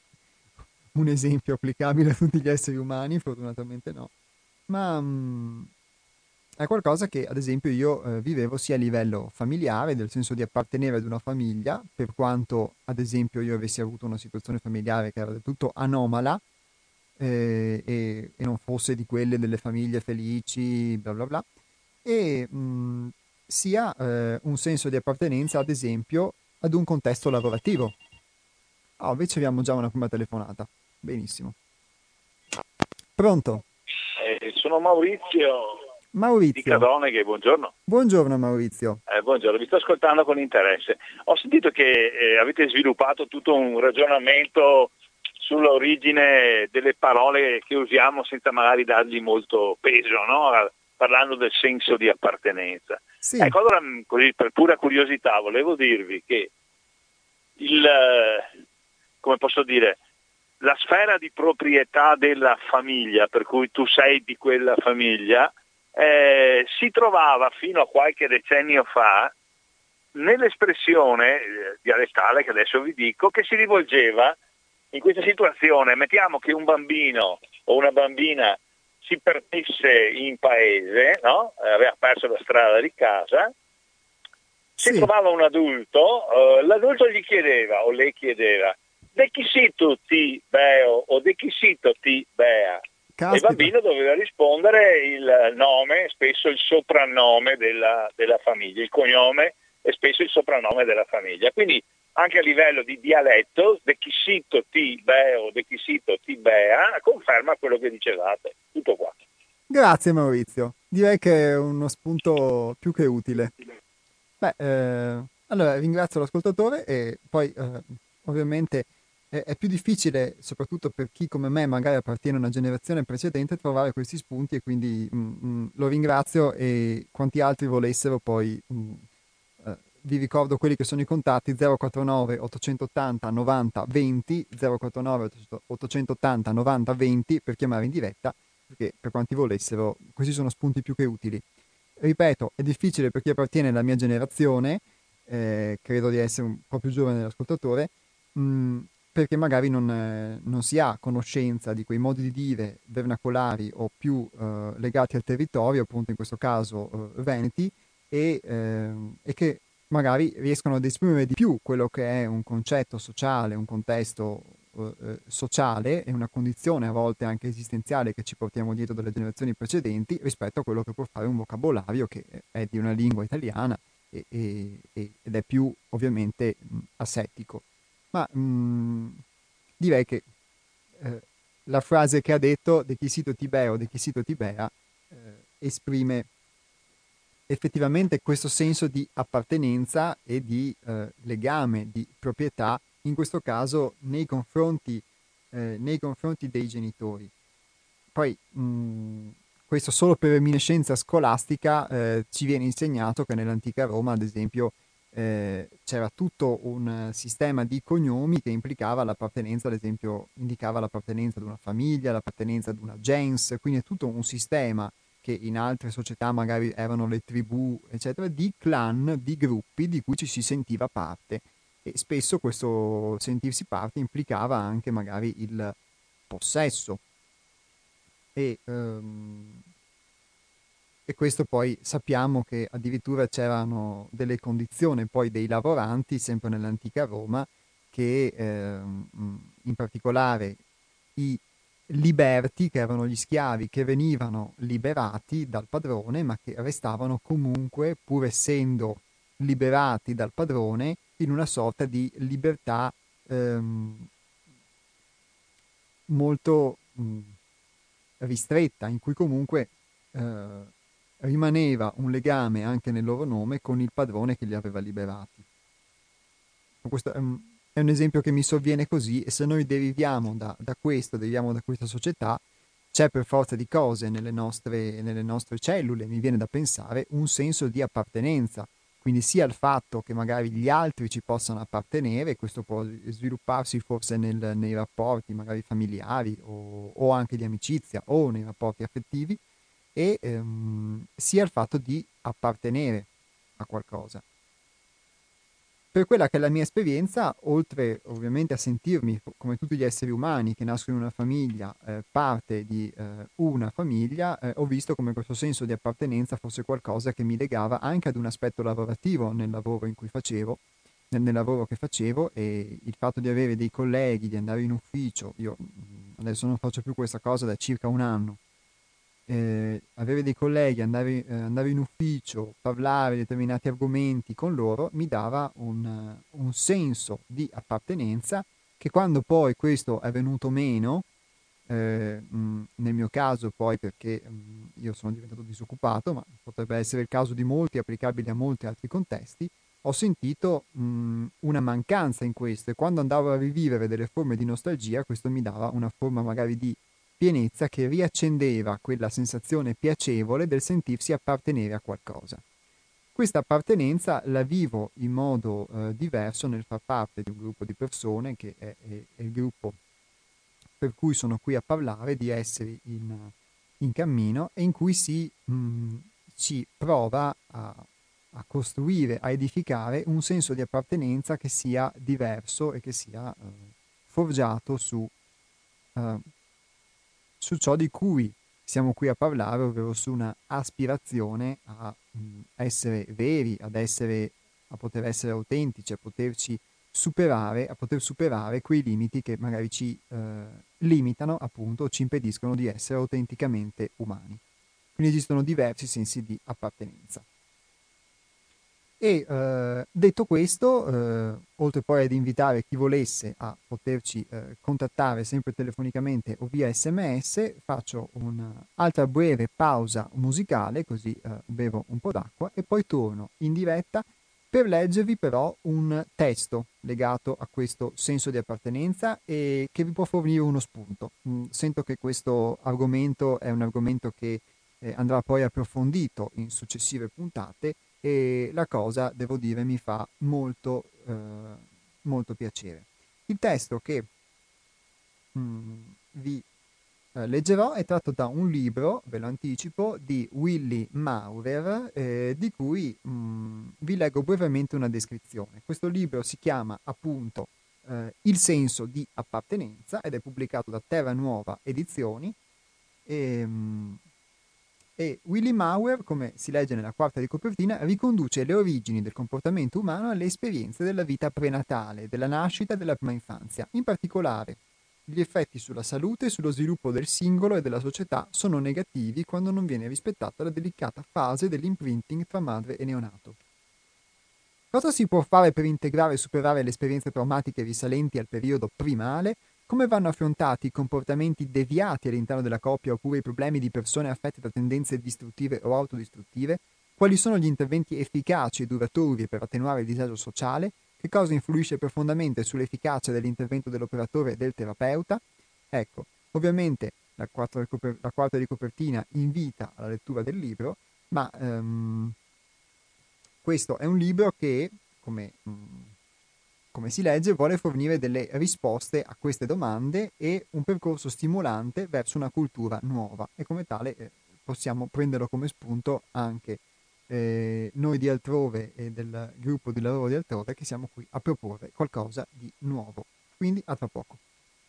un esempio applicabile a tutti gli esseri umani, fortunatamente no, ma mm, è qualcosa che ad esempio io eh, vivevo sia a livello familiare, nel senso di appartenere ad una famiglia, per quanto ad esempio io avessi avuto una situazione familiare che era del tutto anomala, eh, e, e non fosse di quelle delle famiglie felici, bla bla bla, e mh, sia eh, un senso di appartenenza, ad esempio, ad un contesto lavorativo. Ah, invece abbiamo già una prima telefonata. Benissimo. Pronto? Eh, sono Maurizio di Maurizio. Cadoneghe, buongiorno. Buongiorno Maurizio. Eh, buongiorno, vi sto ascoltando con interesse. Ho sentito che eh, avete sviluppato tutto un ragionamento sull'origine delle parole che usiamo senza magari dargli molto peso, no? Parlando del senso di appartenenza. Sì. Ecco, allora, così, per pura curiosità, volevo dirvi che il, eh, come posso dire, la sfera di proprietà della famiglia, per cui tu sei di quella famiglia, eh, si trovava fino a qualche decennio fa nell'espressione eh, dialettale che adesso vi dico, che si rivolgeva in questa situazione. Mettiamo che un bambino o una bambina si perdesse in paese, no? Aveva perso la strada di casa, si Sì, trovava un adulto, eh, l'adulto gli chiedeva o le chiedeva de chi sei tu ti beo o de chi sei tu ti bea, e il caspita. bambino doveva rispondere il nome, spesso il soprannome della, della famiglia, il cognome e spesso il soprannome della famiglia. Quindi anche a livello di dialetto, de chi sei tu ti beo, de chi sei tu ti bea, conferma quello che dicevate. Tutto qua. Grazie Maurizio, direi che è uno spunto più che utile. Beh, eh, allora ringrazio l'ascoltatore e poi eh, ovviamente è, è più difficile, soprattutto per chi come me magari appartiene a una generazione precedente, trovare questi spunti e quindi mm, mm, lo ringrazio e quanti altri volessero poi mm, eh, vi ricordo quelli che sono i contatti zero quattro nove ottocentottanta novanta venti, zero quattro nove ottocentottanta novanta venti per chiamare in diretta, perché per quanti volessero questi sono spunti più che utili. Ripeto, è difficile per chi appartiene alla mia generazione, eh, credo di essere un po' più giovane dell'ascoltatore, mh, perché magari non, eh, non si ha conoscenza di quei modi di dire vernacolari o più eh, legati al territorio, appunto in questo caso eh, veneti, e, ehm, e che magari riescono ad esprimere di più quello che è un concetto sociale, un contesto eh, eh, sociale e una condizione a volte anche esistenziale che ci portiamo dietro dalle generazioni precedenti rispetto a quello che può fare un vocabolario che è di una lingua italiana e, e- e- ed è più ovviamente mh, asettico. Ma mh, direi che eh, la frase che ha detto de chi sito tibeo, de chi sito tibea eh, esprime effettivamente questo senso di appartenenza e di eh, legame, di proprietà, in questo caso nei confronti, eh, nei confronti dei genitori. Poi, mh, questo solo per reminiscenza scolastica, eh, ci viene insegnato che nell'antica Roma, ad esempio, eh, c'era tutto un eh, sistema di cognomi che implicava l'appartenenza, ad esempio, indicava l'appartenenza ad una famiglia, l'appartenenza ad una gens, quindi è tutto un sistema che in altre società magari erano le tribù, eccetera, di clan, di gruppi di cui ci si sentiva parte. E spesso questo sentirsi parte implicava anche magari il possesso e, ehm, e questo poi sappiamo che addirittura c'erano delle condizioni poi dei lavoranti, sempre nell'antica Roma, che ehm, in particolare i liberti, che erano gli schiavi che venivano liberati dal padrone, ma che restavano comunque, pur essendo liberati dal padrone, in una sorta di libertà ehm, molto mh, ristretta, in cui comunque eh, rimaneva un legame anche nel loro nome con il padrone che li aveva liberati. Questo è un, è un esempio che mi sovviene così e se noi deriviamo da, da questo, deriviamo da questa società, c'è per forza di cose nelle nostre, nelle nostre cellule, mi viene da pensare, un senso di appartenenza. Quindi sia il fatto che magari gli altri ci possano appartenere, questo può svilupparsi forse nel- nei rapporti magari familiari o, o anche di amicizia o nei rapporti affettivi, e ehm, sia il fatto di appartenere a qualcosa. Per quella che è la mia esperienza, oltre ovviamente a sentirmi, co- come tutti gli esseri umani che nascono in una famiglia, eh, parte di eh, una famiglia, eh, ho visto come questo senso di appartenenza fosse qualcosa che mi legava anche ad un aspetto lavorativo nel lavoro in cui facevo, nel, nel lavoro che facevo, e il fatto di avere dei colleghi, di andare in ufficio, io mm, adesso non faccio più questa cosa da circa un anno, eh, avere dei colleghi, andare, eh, andare in ufficio, parlare di determinati argomenti con loro, mi dava un, eh, un senso di appartenenza che quando poi questo è venuto meno, eh, mh, nel mio caso poi perché mh, io sono diventato disoccupato, ma potrebbe essere il caso di molti, applicabili a molti altri contesti, ho sentito mh, una mancanza in questo e quando andavo a rivivere delle forme di nostalgia, questo mi dava una forma magari di pienezza che riaccendeva quella sensazione piacevole del sentirsi appartenere a qualcosa. Questa appartenenza la vivo in modo eh, diverso nel far parte di un gruppo di persone che è, è- è il gruppo per cui sono qui a parlare, di esseri in, in cammino e in cui si, mh, si prova a, a costruire, a edificare un senso di appartenenza che sia diverso e che sia eh, forgiato su eh, su ciò di cui siamo qui a parlare, ovvero su una aspirazione a mh, essere veri, ad essere a poter essere autentici, a poterci superare, a poter superare quei limiti che magari ci eh, limitano, appunto, o ci impediscono di essere autenticamente umani. Quindi esistono diversi sensi di appartenenza. E eh, detto questo, eh, oltre poi ad invitare chi volesse a poterci eh, contattare sempre telefonicamente o via sms, faccio un'altra breve pausa musicale, così eh, bevo un po' d'acqua e poi torno in diretta per leggervi però un testo legato a questo senso di appartenenza e che vi può fornire uno spunto. Mm, sento che questo argomento è un argomento che eh, andrà poi approfondito in successive puntate e la cosa, devo dire, mi fa molto, eh, molto piacere. Il testo che mm, vi eh, leggerò è tratto da un libro, ve lo anticipo, di Willy Maurer, eh, di cui mm, vi leggo brevemente una descrizione. Questo libro si chiama appunto eh, Il senso di appartenenza ed è pubblicato da Terra Nuova Edizioni. E, mm, e Willy Maurer, come si legge nella quarta di copertina, riconduce le origini del comportamento umano alle esperienze della vita prenatale, della nascita e della prima infanzia. In particolare, gli effetti sulla salute e sullo sviluppo del singolo e della società sono negativi quando non viene rispettata la delicata fase dell'imprinting tra madre e neonato. Cosa si può fare per integrare e superare le esperienze traumatiche risalenti al periodo primale? Come vanno affrontati i comportamenti deviati all'interno della coppia oppure i problemi di persone affette da tendenze distruttive o autodistruttive? Quali sono gli interventi efficaci e duraturi per attenuare il disagio sociale? Che cosa influisce profondamente sull'efficacia dell'intervento dell'operatore e del terapeuta? Ecco, ovviamente la quarta, la quarta di copertina invita alla lettura del libro, ma ehm, questo è un libro che, come, mh, come si legge, vuole fornire delle risposte a queste domande e un percorso stimolante verso una cultura nuova e come tale eh, possiamo prenderlo come spunto anche eh, noi di Altrove e del gruppo di lavoro di Altrove che siamo qui a proporre qualcosa di nuovo. Quindi a tra poco.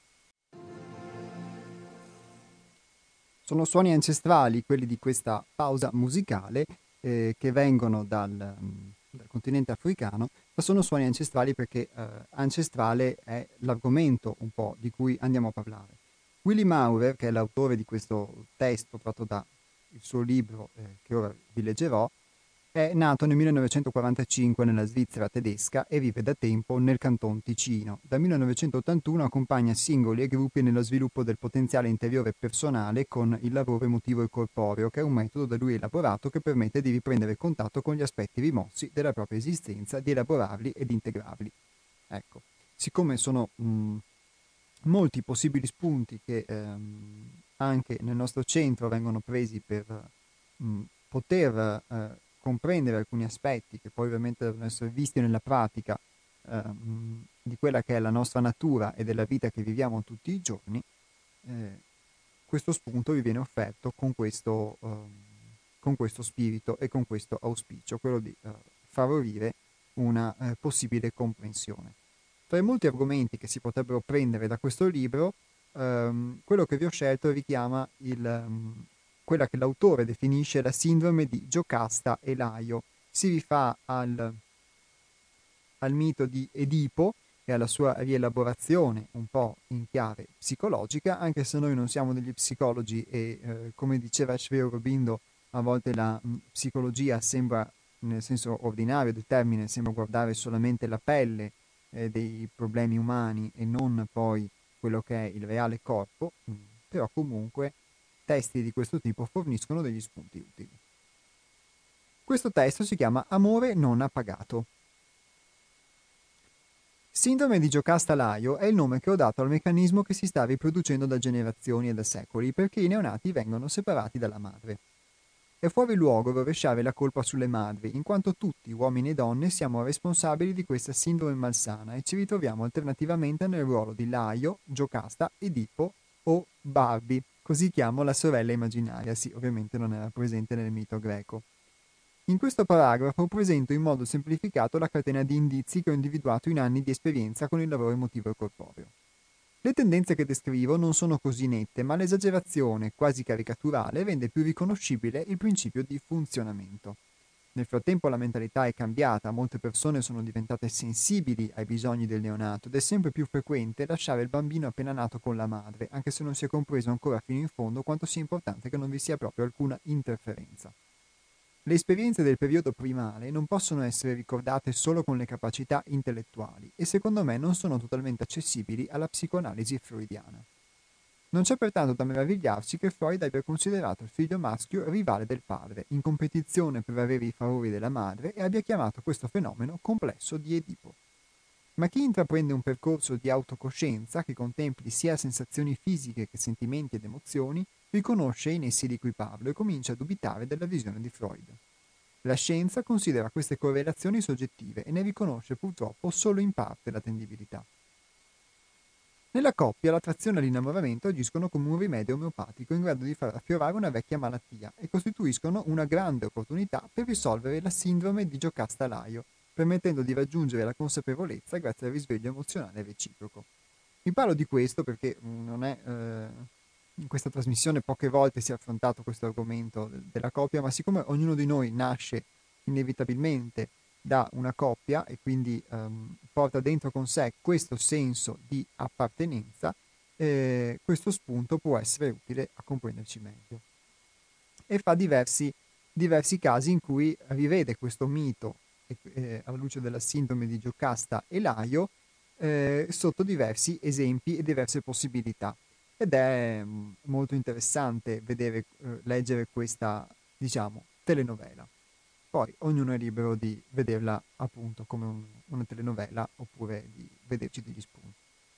Sono suoni ancestrali quelli di questa pausa musicale eh, che vengono dal, dal continente africano, ma sono suoni ancestrali perché eh, ancestrale è l'argomento un po' di cui andiamo a parlare. Willy Maurer, che è l'autore di questo testo tratto dal suo libro eh, che ora vi leggerò, è nato nel millenovecentoquarantacinque nella Svizzera tedesca e vive da tempo nel Canton Ticino. Dal millenovecentottantuno accompagna singoli e gruppi nello sviluppo del potenziale interiore personale con il lavoro emotivo e corporeo, che è un metodo da lui elaborato che permette di riprendere contatto con gli aspetti rimossi della propria esistenza, di elaborarli ed integrarli. Ecco, siccome sono mh, molti possibili spunti che ehm, anche nel nostro centro vengono presi per mh, poter eh, comprendere alcuni aspetti che poi ovviamente devono essere visti nella pratica ehm, di quella che è la nostra natura e della vita che viviamo tutti i giorni, eh, questo spunto vi viene offerto con questo, ehm, con questo spirito e con questo auspicio, quello di eh, favorire una eh, possibile comprensione. Tra i molti argomenti che si potrebbero prendere da questo libro, ehm, quello che vi ho scelto richiama il, um, quella che l'autore definisce la sindrome di Giocasta e Laio. Si rifà al, al mito di Edipo e alla sua rielaborazione un po' in chiave psicologica, anche se noi non siamo degli psicologi e, eh, come diceva Sri Aurobindo, a volte la mh, psicologia sembra, nel senso ordinario del termine, sembra guardare solamente la pelle eh, dei problemi umani e non poi quello che è il reale corpo, mh, però comunque testi di questo tipo forniscono degli spunti utili. Questo testo si chiama Amore non appagato. Sindrome di Giocasta-Laio è il nome che ho dato al meccanismo che si sta riproducendo da generazioni e da secoli perché i neonati vengono separati dalla madre. È fuori luogo rovesciare la colpa sulle madri, in quanto tutti, uomini e donne, siamo responsabili di questa sindrome malsana e ci ritroviamo alternativamente nel ruolo di Laio, Giocasta, Edipo o Barbie, così chiamo la sorella immaginaria, sì, ovviamente non era presente nel mito greco. In questo paragrafo presento in modo semplificato la catena di indizi che ho individuato in anni di esperienza con il lavoro emotivo e corporeo. Le tendenze che descrivo non sono così nette, ma l'esagerazione, quasi caricaturale, rende più riconoscibile il principio di funzionamento. Nel frattempo la mentalità è cambiata, molte persone sono diventate sensibili ai bisogni del neonato ed è sempre più frequente lasciare il bambino appena nato con la madre, anche se non si è compreso ancora fino in fondo quanto sia importante che non vi sia proprio alcuna interferenza. Le esperienze del periodo primale non possono essere ricordate solo con le capacità intellettuali e secondo me non sono totalmente accessibili alla psicoanalisi freudiana. Non c'è pertanto da meravigliarsi che Freud abbia considerato il figlio maschio rivale del padre, in competizione per avere i favori della madre e abbia chiamato questo fenomeno complesso di Edipo. Ma chi intraprende un percorso di autocoscienza che contempli sia sensazioni fisiche che sentimenti ed emozioni, riconosce in essi di cui parlo e comincia a dubitare della visione di Freud. La scienza considera queste correlazioni soggettive e ne riconosce purtroppo solo in parte l'attendibilità. Nella coppia l'attrazione e l'innamoramento agiscono come un rimedio omeopatico in grado di far affiorare una vecchia malattia e costituiscono una grande opportunità per risolvere la sindrome di Giocasta-Laio, permettendo di raggiungere la consapevolezza grazie al risveglio emozionale reciproco. Vi parlo di questo perché non è, eh, in questa trasmissione poche volte si è affrontato questo argomento della coppia, ma siccome ognuno di noi nasce inevitabilmente da una coppia e quindi ehm, porta dentro con sé questo senso di appartenenza, eh, questo spunto può essere utile a comprenderci meglio. E fa diversi, diversi casi in cui rivede questo mito eh, alla luce della sindrome di Giocasta e Laio eh, sotto diversi esempi e diverse possibilità. Ed è mh, molto interessante vedere, eh, leggere questa, diciamo, telenovela. Poi ognuno è libero di vederla appunto come un, una telenovela oppure di vederci degli spunti.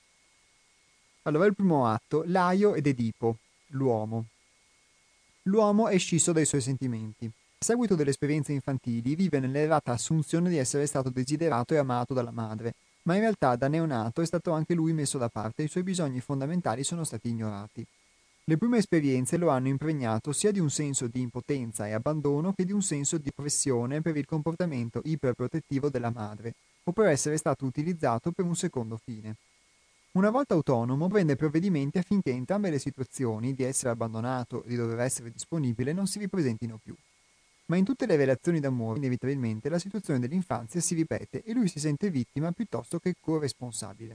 Allora, il primo atto, Laio ed Edipo, l'uomo. L'uomo è scisso dai suoi sentimenti. A seguito delle esperienze infantili vive nell'errata assunzione di essere stato desiderato e amato dalla madre, ma in realtà da neonato è stato anche lui messo da parte e i suoi bisogni fondamentali sono stati ignorati. Le prime esperienze lo hanno impregnato sia di un senso di impotenza e abbandono che di un senso di oppressione per il comportamento iperprotettivo della madre o per essere stato utilizzato per un secondo fine. Una volta autonomo prende provvedimenti affinché entrambe le situazioni di essere abbandonato e di dover essere disponibile non si ripresentino più. Ma in tutte le relazioni d'amore inevitabilmente la situazione dell'infanzia si ripete e lui si sente vittima piuttosto che corresponsabile.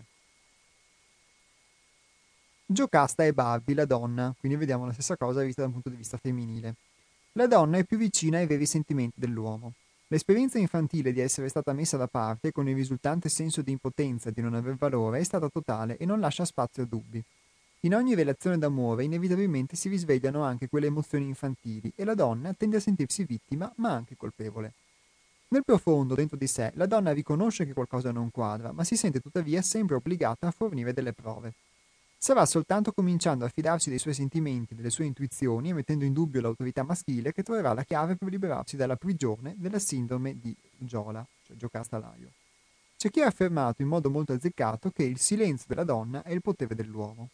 Giocasta è Barbie, la donna, quindi vediamo la stessa cosa vista da un punto di vista femminile. La donna è più vicina ai veri sentimenti dell'uomo. L'esperienza infantile di essere stata messa da parte con il risultante senso di impotenza e di non aver valore è stata totale e non lascia spazio a dubbi. In ogni relazione d'amore inevitabilmente si risvegliano anche quelle emozioni infantili e la donna tende a sentirsi vittima ma anche colpevole. Nel profondo, dentro di sé, la donna riconosce che qualcosa non quadra, ma si sente tuttavia sempre obbligata a fornire delle prove. Sarà soltanto cominciando a fidarsi dei suoi sentimenti, delle sue intuizioni e mettendo in dubbio l'autorità maschile che troverà la chiave per liberarsi dalla prigione della sindrome di Giola, cioè Giocasta-Laio. C'è chi ha affermato in modo molto azzeccato che il silenzio della donna è il potere dell'uomo.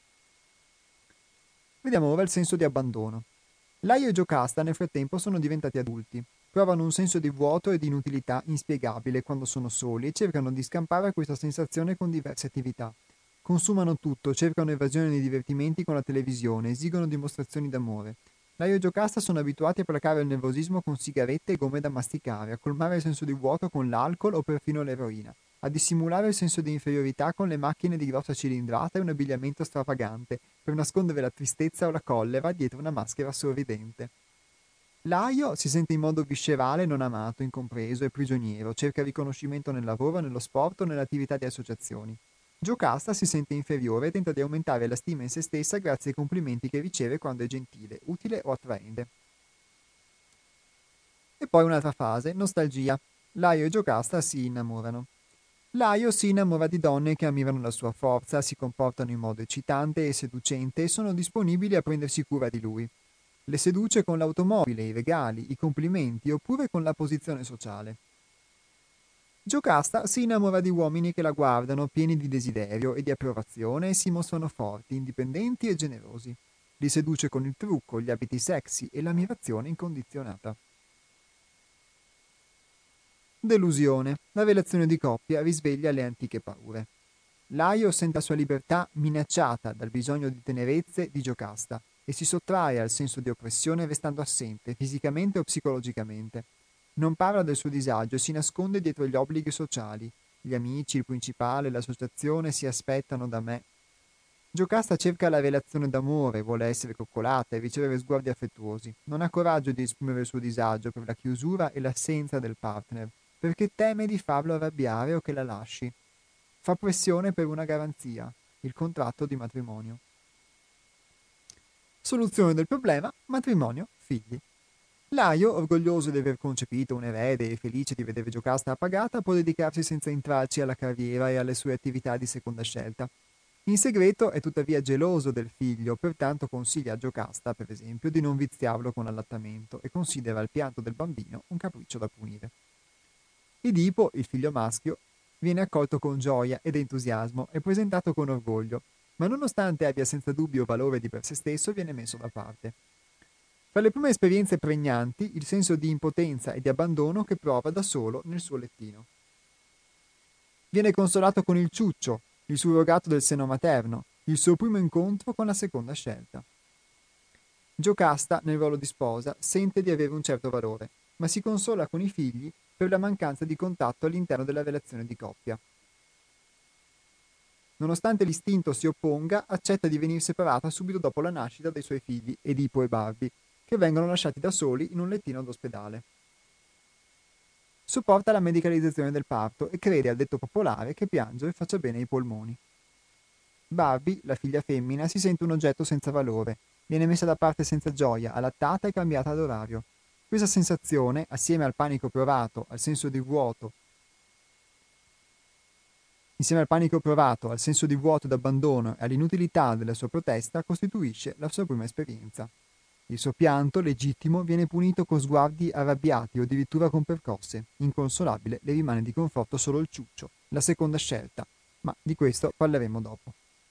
Vediamo ora il senso di abbandono. Laio e Giocasta nel frattempo sono diventati adulti. Provano un senso di vuoto e di inutilità inspiegabile quando sono soli e cercano di scampare a questa sensazione con diverse attività. Consumano tutto, cercano evasione nei divertimenti con la televisione, esigono dimostrazioni d'amore. Laio e Giocasta sono abituati a placare il nervosismo con sigarette e gomme da masticare, a colmare il senso di vuoto con l'alcol o perfino l'eroina, a dissimulare il senso di inferiorità con le macchine di grossa cilindrata e un abbigliamento stravagante, per nascondere la tristezza o la collera dietro una maschera sorridente. Laio si sente in modo viscerale non amato, incompreso e prigioniero, cerca riconoscimento nel lavoro, nello sport o nell'attività di associazioni. Giocasta si sente inferiore e tenta di aumentare la stima in se stessa grazie ai complimenti che riceve quando è gentile, utile o attraente. E poi un'altra fase, nostalgia. Laio e Giocasta si innamorano. Laio si innamora di donne che ammirano la sua forza, si comportano in modo eccitante e seducente e sono disponibili a prendersi cura di lui. Le seduce con l'automobile, i regali, i complimenti oppure con la posizione sociale. Giocasta si innamora di uomini che la guardano pieni di desiderio e di approvazione e si mostrano forti, indipendenti e generosi. Li seduce con il trucco, gli abiti sexy e l'ammirazione incondizionata. Delusione. La relazione di coppia risveglia le antiche paure. Laio sente la sua libertà minacciata dal bisogno di tenerezze di Giocasta e si sottrae al senso di oppressione restando assente, fisicamente o psicologicamente. Non parla del suo disagio e si nasconde dietro gli obblighi sociali. Gli amici, il principale, l'associazione si aspettano da me. Giocasta cerca la relazione d'amore, vuole essere coccolata e ricevere sguardi affettuosi. Non ha coraggio di esprimere il suo disagio per la chiusura e l'assenza del partner, perché teme di farlo arrabbiare o che la lasci. Fa pressione per una garanzia, il contratto di matrimonio. Soluzione del problema, matrimonio, figli. Laio, orgoglioso di aver concepito un erede e felice di vedere Giocasta appagata, può dedicarsi senza intralci alla carriera e alle sue attività di seconda scelta. In segreto è tuttavia geloso del figlio, pertanto consiglia a Giocasta, per esempio, di non viziarlo con l'allattamento e considera il pianto del bambino un capriccio da punire. Edipo, il figlio maschio, viene accolto con gioia ed entusiasmo e presentato con orgoglio, ma nonostante abbia senza dubbio valore di per sé stesso, viene messo da parte. Fra le prime esperienze pregnanti, il senso di impotenza e di abbandono che prova da solo nel suo lettino. Viene consolato con il ciuccio, il surrogato del seno materno, il suo primo incontro con la seconda scelta. Giocasta, nel ruolo di sposa, sente di avere un certo valore, ma si consola con i figli per la mancanza di contatto all'interno della relazione di coppia. Nonostante l'istinto si opponga, accetta di venire separata subito dopo la nascita dei suoi figli, Edipo e Barbie, che vengono lasciati da soli in un lettino d'ospedale. Sopporta la medicalizzazione del parto e crede al detto popolare che piangere faccia bene ai polmoni. Barbie, la figlia femmina, si sente un oggetto senza valore, viene messa da parte senza gioia, allattata e cambiata ad orario. Questa sensazione, assieme al panico provato, al senso di vuoto, insieme al panico provato, al senso di vuoto ed abbandono e all'inutilità della sua protesta, costituisce la sua prima esperienza. Il suo pianto, legittimo, viene punito con sguardi arrabbiati o addirittura con percosse. Inconsolabile le rimane di conforto solo il ciuccio, la seconda scelta, ma di questo parleremo dopo.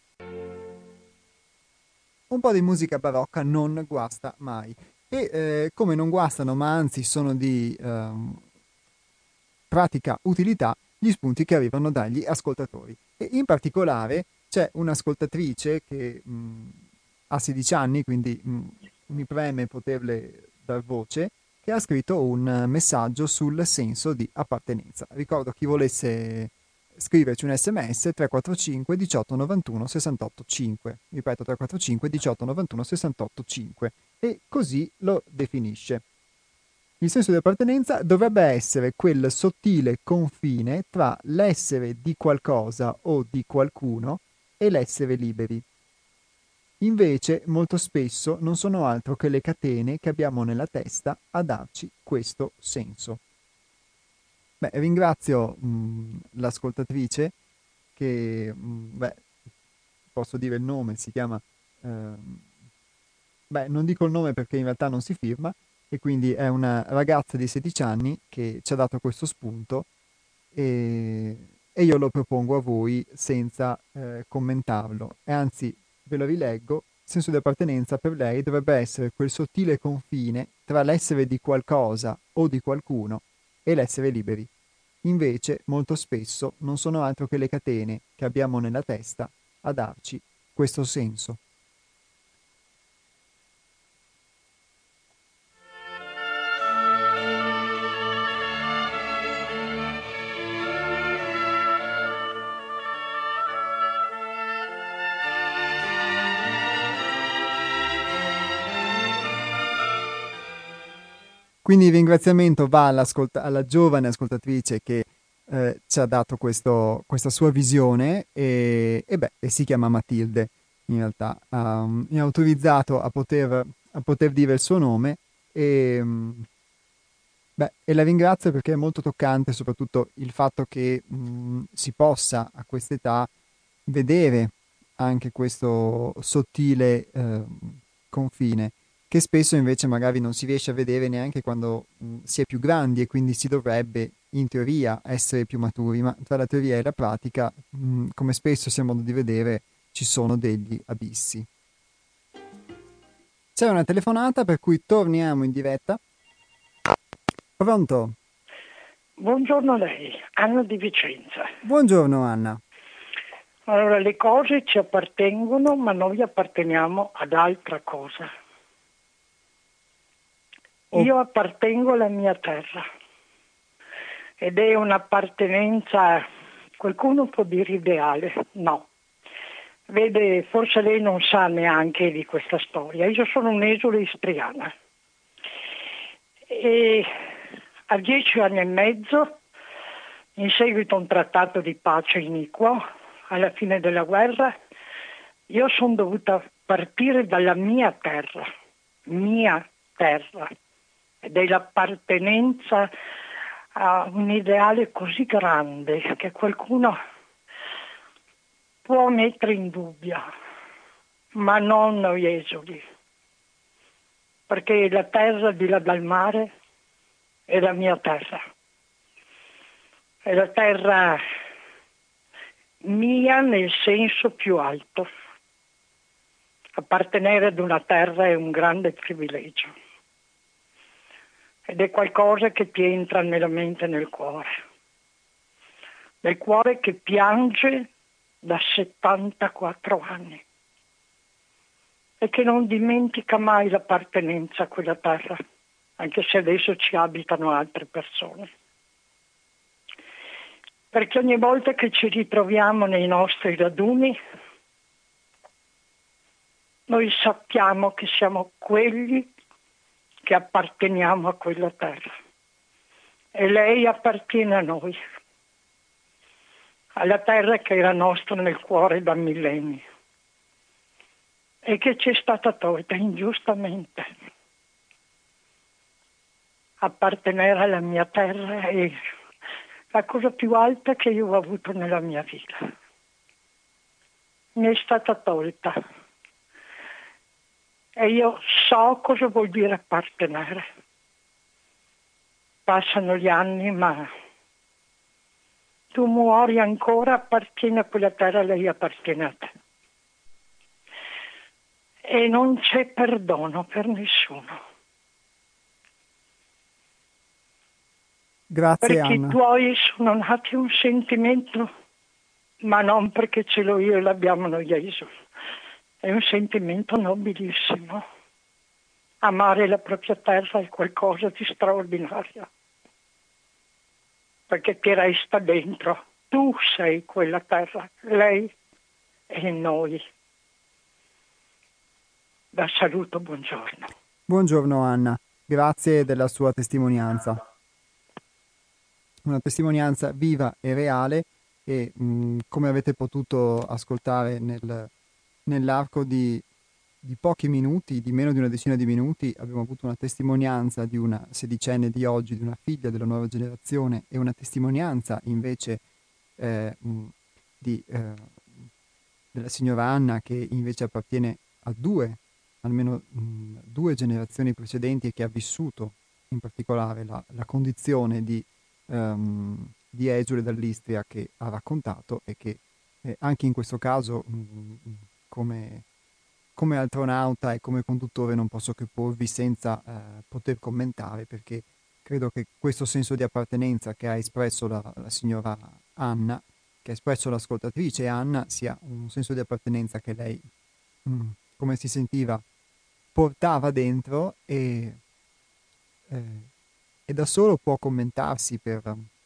Un po' di musica barocca non guasta mai. E eh, come non guastano, ma anzi sono di ehm, pratica utilità, gli spunti che arrivano dagli ascoltatori. E in particolare c'è un'ascoltatrice che mh, ha sedici anni, quindi mh, mi preme poterle dar voce, che ha scritto un messaggio sul senso di appartenenza. Ricordo chi volesse scriverci un sms tre quattro cinque diciotto novantuno sessantotto cinque, ripeto tre quattro cinque diciotto novantuno sessantotto cinque, e così lo definisce. Il senso di appartenenza dovrebbe essere quel sottile confine tra l'essere di qualcosa o di qualcuno e l'essere liberi. Invece, molto spesso non sono altro che le catene che abbiamo nella testa a darci questo senso. Beh, ringrazio mh, l'ascoltatrice che, mh, beh, posso dire il nome, si chiama, ehm, beh, non dico il nome perché in realtà non si firma, e quindi è una ragazza di sedici anni che ci ha dato questo spunto e, e io lo propongo a voi senza eh, commentarlo. E anzi, ve lo rileggo, il senso di appartenenza per lei dovrebbe essere quel sottile confine tra l'essere di qualcosa o di qualcuno e l'essere liberi. Invece, molto spesso, non sono altro che le catene che abbiamo nella testa a darci questo senso. Quindi il ringraziamento va alla giovane ascoltatrice che eh, ci ha dato questo, questa sua visione e, e, beh, e si chiama Matilde in realtà. Um, mi ha autorizzato a poter, a poter dire il suo nome e, um, beh, e la ringrazio perché è molto toccante soprattutto il fatto che um, si possa a quest'età vedere anche questo sottile eh, confine che spesso invece magari non si riesce a vedere neanche quando mh, si è più grandi e quindi si dovrebbe in teoria essere più maturi, ma tra la teoria e la pratica, mh, come spesso si ha modo di vedere, ci sono degli abissi. C'è una telefonata per cui torniamo in diretta. Pronto? Buongiorno a lei, Anna di Vicenza. Buongiorno Anna. Allora, le cose ci appartengono, ma noi apparteniamo ad altra cosa. Io appartengo alla mia terra. ed è un'appartenenza, qualcuno può dire ideale, no. Vede, forse lei non sa neanche di questa storia. Io sono un'esule istriana e a dieci anni e mezzo, in seguito a un trattato di pace iniquo, alla fine della guerra, io sono dovuta partire dalla mia terra, mia terra, ed è l'appartenenza a un ideale così grande che qualcuno può mettere in dubbio, ma non noi esuli, perché la terra di là dal mare è la mia terra, è la terra mia nel senso più alto. Appartenere ad una terra è un grande privilegio ed è qualcosa che ti entra nella mente e nel cuore, nel cuore che piange da settantaquattro anni e che non dimentica mai l'appartenenza a quella terra, anche se adesso ci abitano altre persone. Perché ogni volta che ci ritroviamo nei nostri raduni, noi sappiamo che siamo quelli che apparteniamo a quella terra e lei appartiene a noi, alla terra che era nostra nel cuore da millenni e che ci è stata tolta ingiustamente. Appartenere alla mia terra è la cosa più alta che io ho avuto nella mia vita. Mi è stata tolta e io so cosa vuol dire appartenere. Passano gli anni, ma tu muori ancora, appartieni a quella terra, lei appartiene a te. E non c'è perdono per nessuno. Grazie, perché Anna. i tuoi sono nati un sentimento, ma non perché ce l'ho io e l'abbiamo noi esuli. È un sentimento nobilissimo. Amare la propria terra è qualcosa di straordinario, perché ti resta dentro. Tu sei quella terra, lei e noi. Da saluto, buongiorno. Buongiorno Anna, grazie della sua testimonianza. Una testimonianza viva e reale e mh, come avete potuto ascoltare nel, nell'arco di, di pochi minuti, di meno di una decina di minuti, abbiamo avuto una testimonianza di una sedicenne di oggi, di una figlia della nuova generazione e una testimonianza invece eh, mh, di, eh, della signora Anna che invece appartiene a due, almeno mh, due generazioni precedenti e che ha vissuto in particolare la, la condizione di Um, di esule dall'Istria che ha raccontato e che eh, anche in questo caso mh, come, come astronauta e come conduttore non posso che porvi senza eh, poter commentare, perché credo che questo senso di appartenenza che ha espresso la, la signora Anna, che ha espresso l'ascoltatrice Anna, sia un senso di appartenenza che lei, mh, come si sentiva, portava dentro e eh, e da solo può commentarsi per,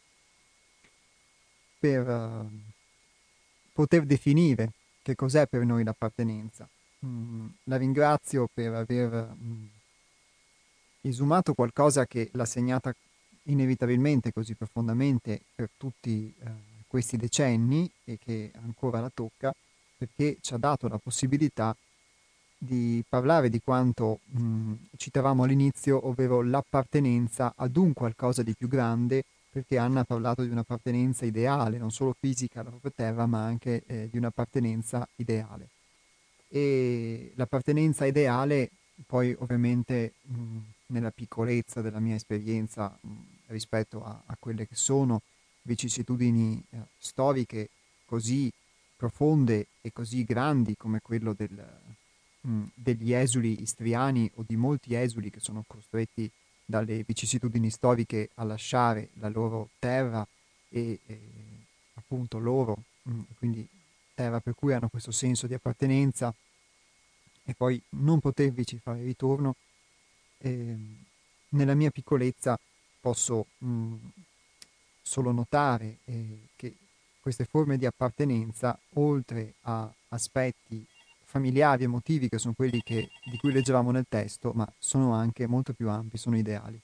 per uh, poter definire che cos'è per noi l'appartenenza. Mm, la ringrazio per aver mm, esumato qualcosa che l'ha segnata inevitabilmente così profondamente per tutti uh, questi decenni e che ancora la tocca, perché ci ha dato la possibilità di parlare di quanto mh, citavamo all'inizio, ovvero l'appartenenza ad un qualcosa di più grande, perché Anna ha parlato di un'appartenenza ideale, non solo fisica alla propria terra, ma anche eh, di un'appartenenza ideale. E l'appartenenza ideale, poi ovviamente mh, nella piccolezza della mia esperienza mh, rispetto a, a quelle che sono vicissitudini eh, storiche così profonde e così grandi come quello del degli esuli istriani o di molti esuli che sono costretti dalle vicissitudini storiche a lasciare la loro terra e eh, appunto loro, mh, quindi terra per cui hanno questo senso di appartenenza e poi non potervici fare ritorno, eh, nella mia piccolezza posso mh, solo notare eh, che queste forme di appartenenza, oltre a aspetti familiari, emotivi, che sono quelli che, di cui leggevamo nel testo, ma sono anche molto più ampi, sono ideali.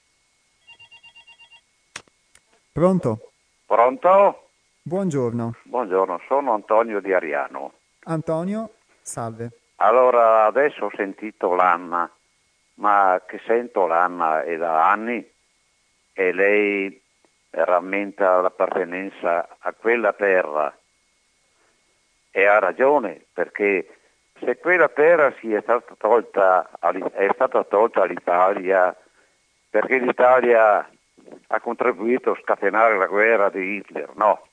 Pronto? Pronto? Buongiorno. Buongiorno, sono Antonio di Ariano. Antonio, salve. Allora, adesso ho sentito l'Anna, ma che sento l'Anna è da anni e lei rammenta l'appartenenza a quella terra e ha ragione, perché se quella terra si è stata tolta, è stata tolta all'Italia perché l'Italia ha contribuito a scatenare la guerra di Hitler, no?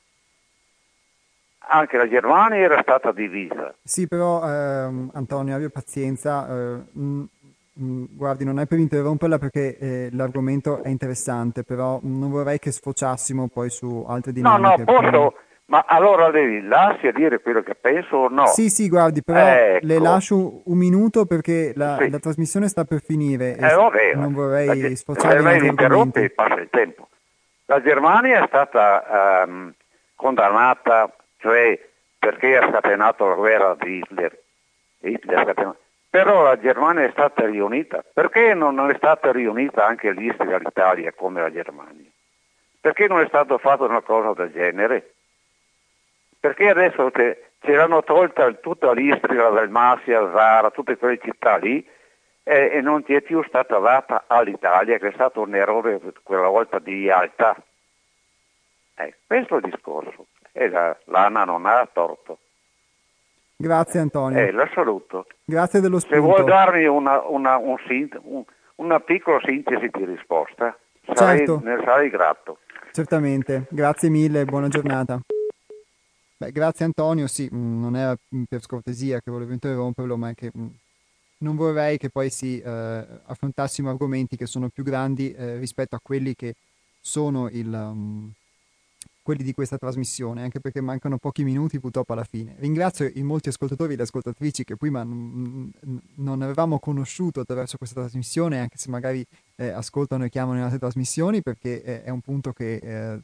Anche la Germania era stata divisa. Sì, però ehm, Antonio, abbia pazienza, eh, mh, mh, guardi, non è per interromperla perché eh, l'argomento è interessante, però non vorrei che sfociassimo poi su altre No, no, dinamiche. posso, ma allora lei lascia dire quello che penso o no? Sì, sì, guardi, però le Ecco, lascio un minuto perché la, sì. la trasmissione sta per finire e Eh, va bene. non La vorrei Ge- sfociare se in lei altri mi interrompe argomenti. passa il tempo. La Germania è stata ehm, condannata, cioè perché ha scatenato la guerra di Hitler. Hitler ha scatenato. Però la Germania è stata riunita. Perché non è stata riunita anche l'Istria e l'Italia come la Germania? Perché non è stato fatto una cosa del genere? Perché adesso te, ce l'hanno tolta tutta l'Istria, Dalmazia, Zara, tutte quelle città lì e, e non ti è più stata data all'Italia, che è stato un errore quella volta di lealtà. Eh, questo è il discorso. E la, l'Anna non ha torto. Grazie Antonio, Eh, la saluto. grazie dello Se vuoi spunto. darmi una, una, un sint- un- una piccola sintesi di risposta, sarei, Certo, ne sarei grato. certamente, grazie mille, buona giornata. Beh, grazie Antonio, sì, mh, non era mh, per scortesia che volevo interromperlo, ma è che mh, non vorrei che poi si eh, affrontassimo argomenti che sono più grandi eh, rispetto a quelli che sono il, um, quelli di questa trasmissione, anche perché mancano pochi minuti purtroppo alla fine. Ringrazio i molti ascoltatori e le ascoltatrici che prima non, non avevamo conosciuto attraverso questa trasmissione, anche se magari eh, ascoltano e chiamano in altre trasmissioni, perché eh, è un punto che eh,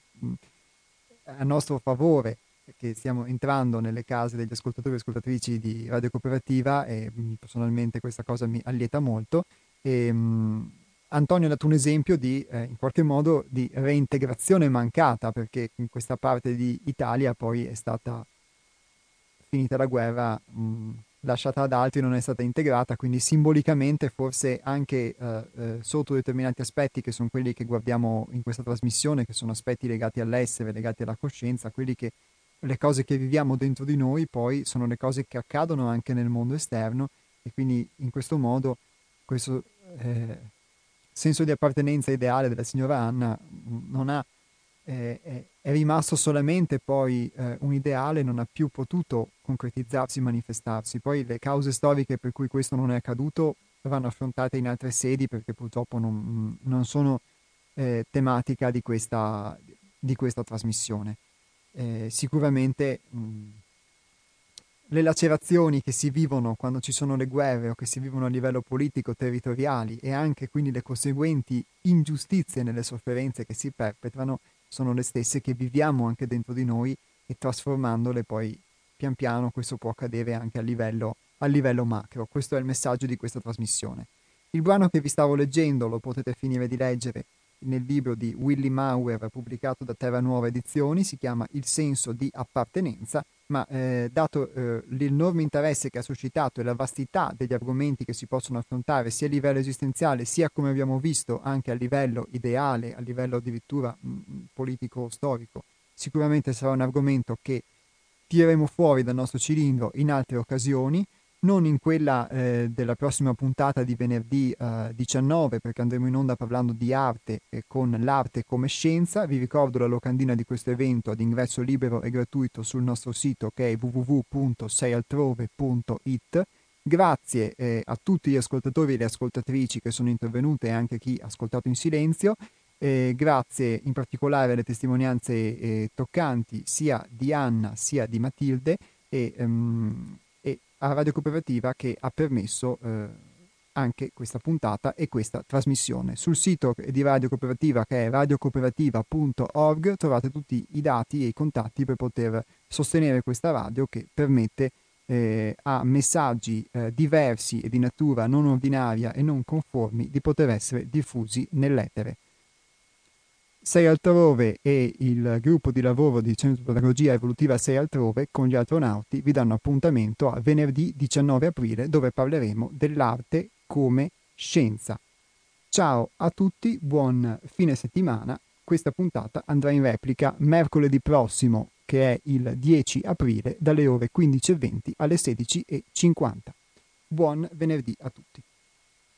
a nostro favore, che stiamo entrando nelle case degli ascoltatori e ascoltatrici di Radio Cooperativa e mh, personalmente questa cosa mi allieta molto. E, mh, Antonio ha dato un esempio di, eh, in qualche modo, di reintegrazione mancata, perché in questa parte di Italia poi è stata finita la guerra, mh, lasciata ad altri, non è stata integrata, quindi simbolicamente forse anche eh, eh, sotto determinati aspetti che sono quelli che guardiamo in questa trasmissione, che sono aspetti legati all'essere, legati alla coscienza, quelli che le cose che viviamo dentro di noi poi sono le cose che accadono anche nel mondo esterno e quindi in questo modo questo eh, senso di appartenenza ideale della signora Anna mh, non ha è, è- è rimasto solamente poi eh, un ideale, non ha più potuto concretizzarsi, manifestarsi. Poi le cause storiche per cui questo non è accaduto vanno affrontate in altre sedi perché purtroppo non, non sono eh, tematica di questa, di questa trasmissione. Eh, sicuramente mh, le lacerazioni che si vivono quando ci sono le guerre o che si vivono a livello politico, territoriali e anche quindi le conseguenti ingiustizie nelle sofferenze che si perpetrano sono le stesse che viviamo anche dentro di noi e trasformandole poi pian piano questo può accadere anche a livello, a livello macro. Questo è il messaggio di questa trasmissione. Il brano che vi stavo leggendo lo potete finire di leggere nel libro di Willy Mauer pubblicato da Terra Nuova Edizioni, si chiama Il senso di appartenenza, ma eh, dato eh, l'enorme interesse che ha suscitato e la vastità degli argomenti che si possono affrontare sia a livello esistenziale sia come abbiamo visto anche a livello ideale, a livello addirittura mh, politico-storico, sicuramente sarà un argomento che tireremo fuori dal nostro cilindro in altre occasioni, non in quella eh, della prossima puntata di venerdì eh, diciannove, perché andremo in onda parlando di arte e con l'arte come scienza. Vi ricordo la locandina di questo evento ad ingresso libero e gratuito sul nostro sito che è w w w punto sei altrove punto i t. Grazie eh, a tutti gli ascoltatori e le ascoltatrici che sono intervenute e anche chi ha ascoltato in silenzio. Eh, grazie in particolare alle testimonianze eh, toccanti sia di Anna sia di Matilde e, ehm, e a Radio Cooperativa che ha permesso eh, anche questa puntata e questa trasmissione. Sul sito di Radio Cooperativa, che è radiocooperativa punto org, trovate tutti i dati e i contatti per poter sostenere questa radio che permette eh, a messaggi eh, diversi e di natura non ordinaria e non conformi di poter essere diffusi nell'etere. Sei Altrove e il gruppo di lavoro di Centro Pedagogia Evolutiva Sei Altrove con gli astronauti vi danno appuntamento a venerdì diciannove aprile, dove parleremo dell'arte come scienza. Ciao a tutti, buon fine settimana. Questa puntata andrà in replica mercoledì prossimo, che è il dieci aprile, dalle ore quindici e venti alle sedici e cinquanta. Buon venerdì a tutti.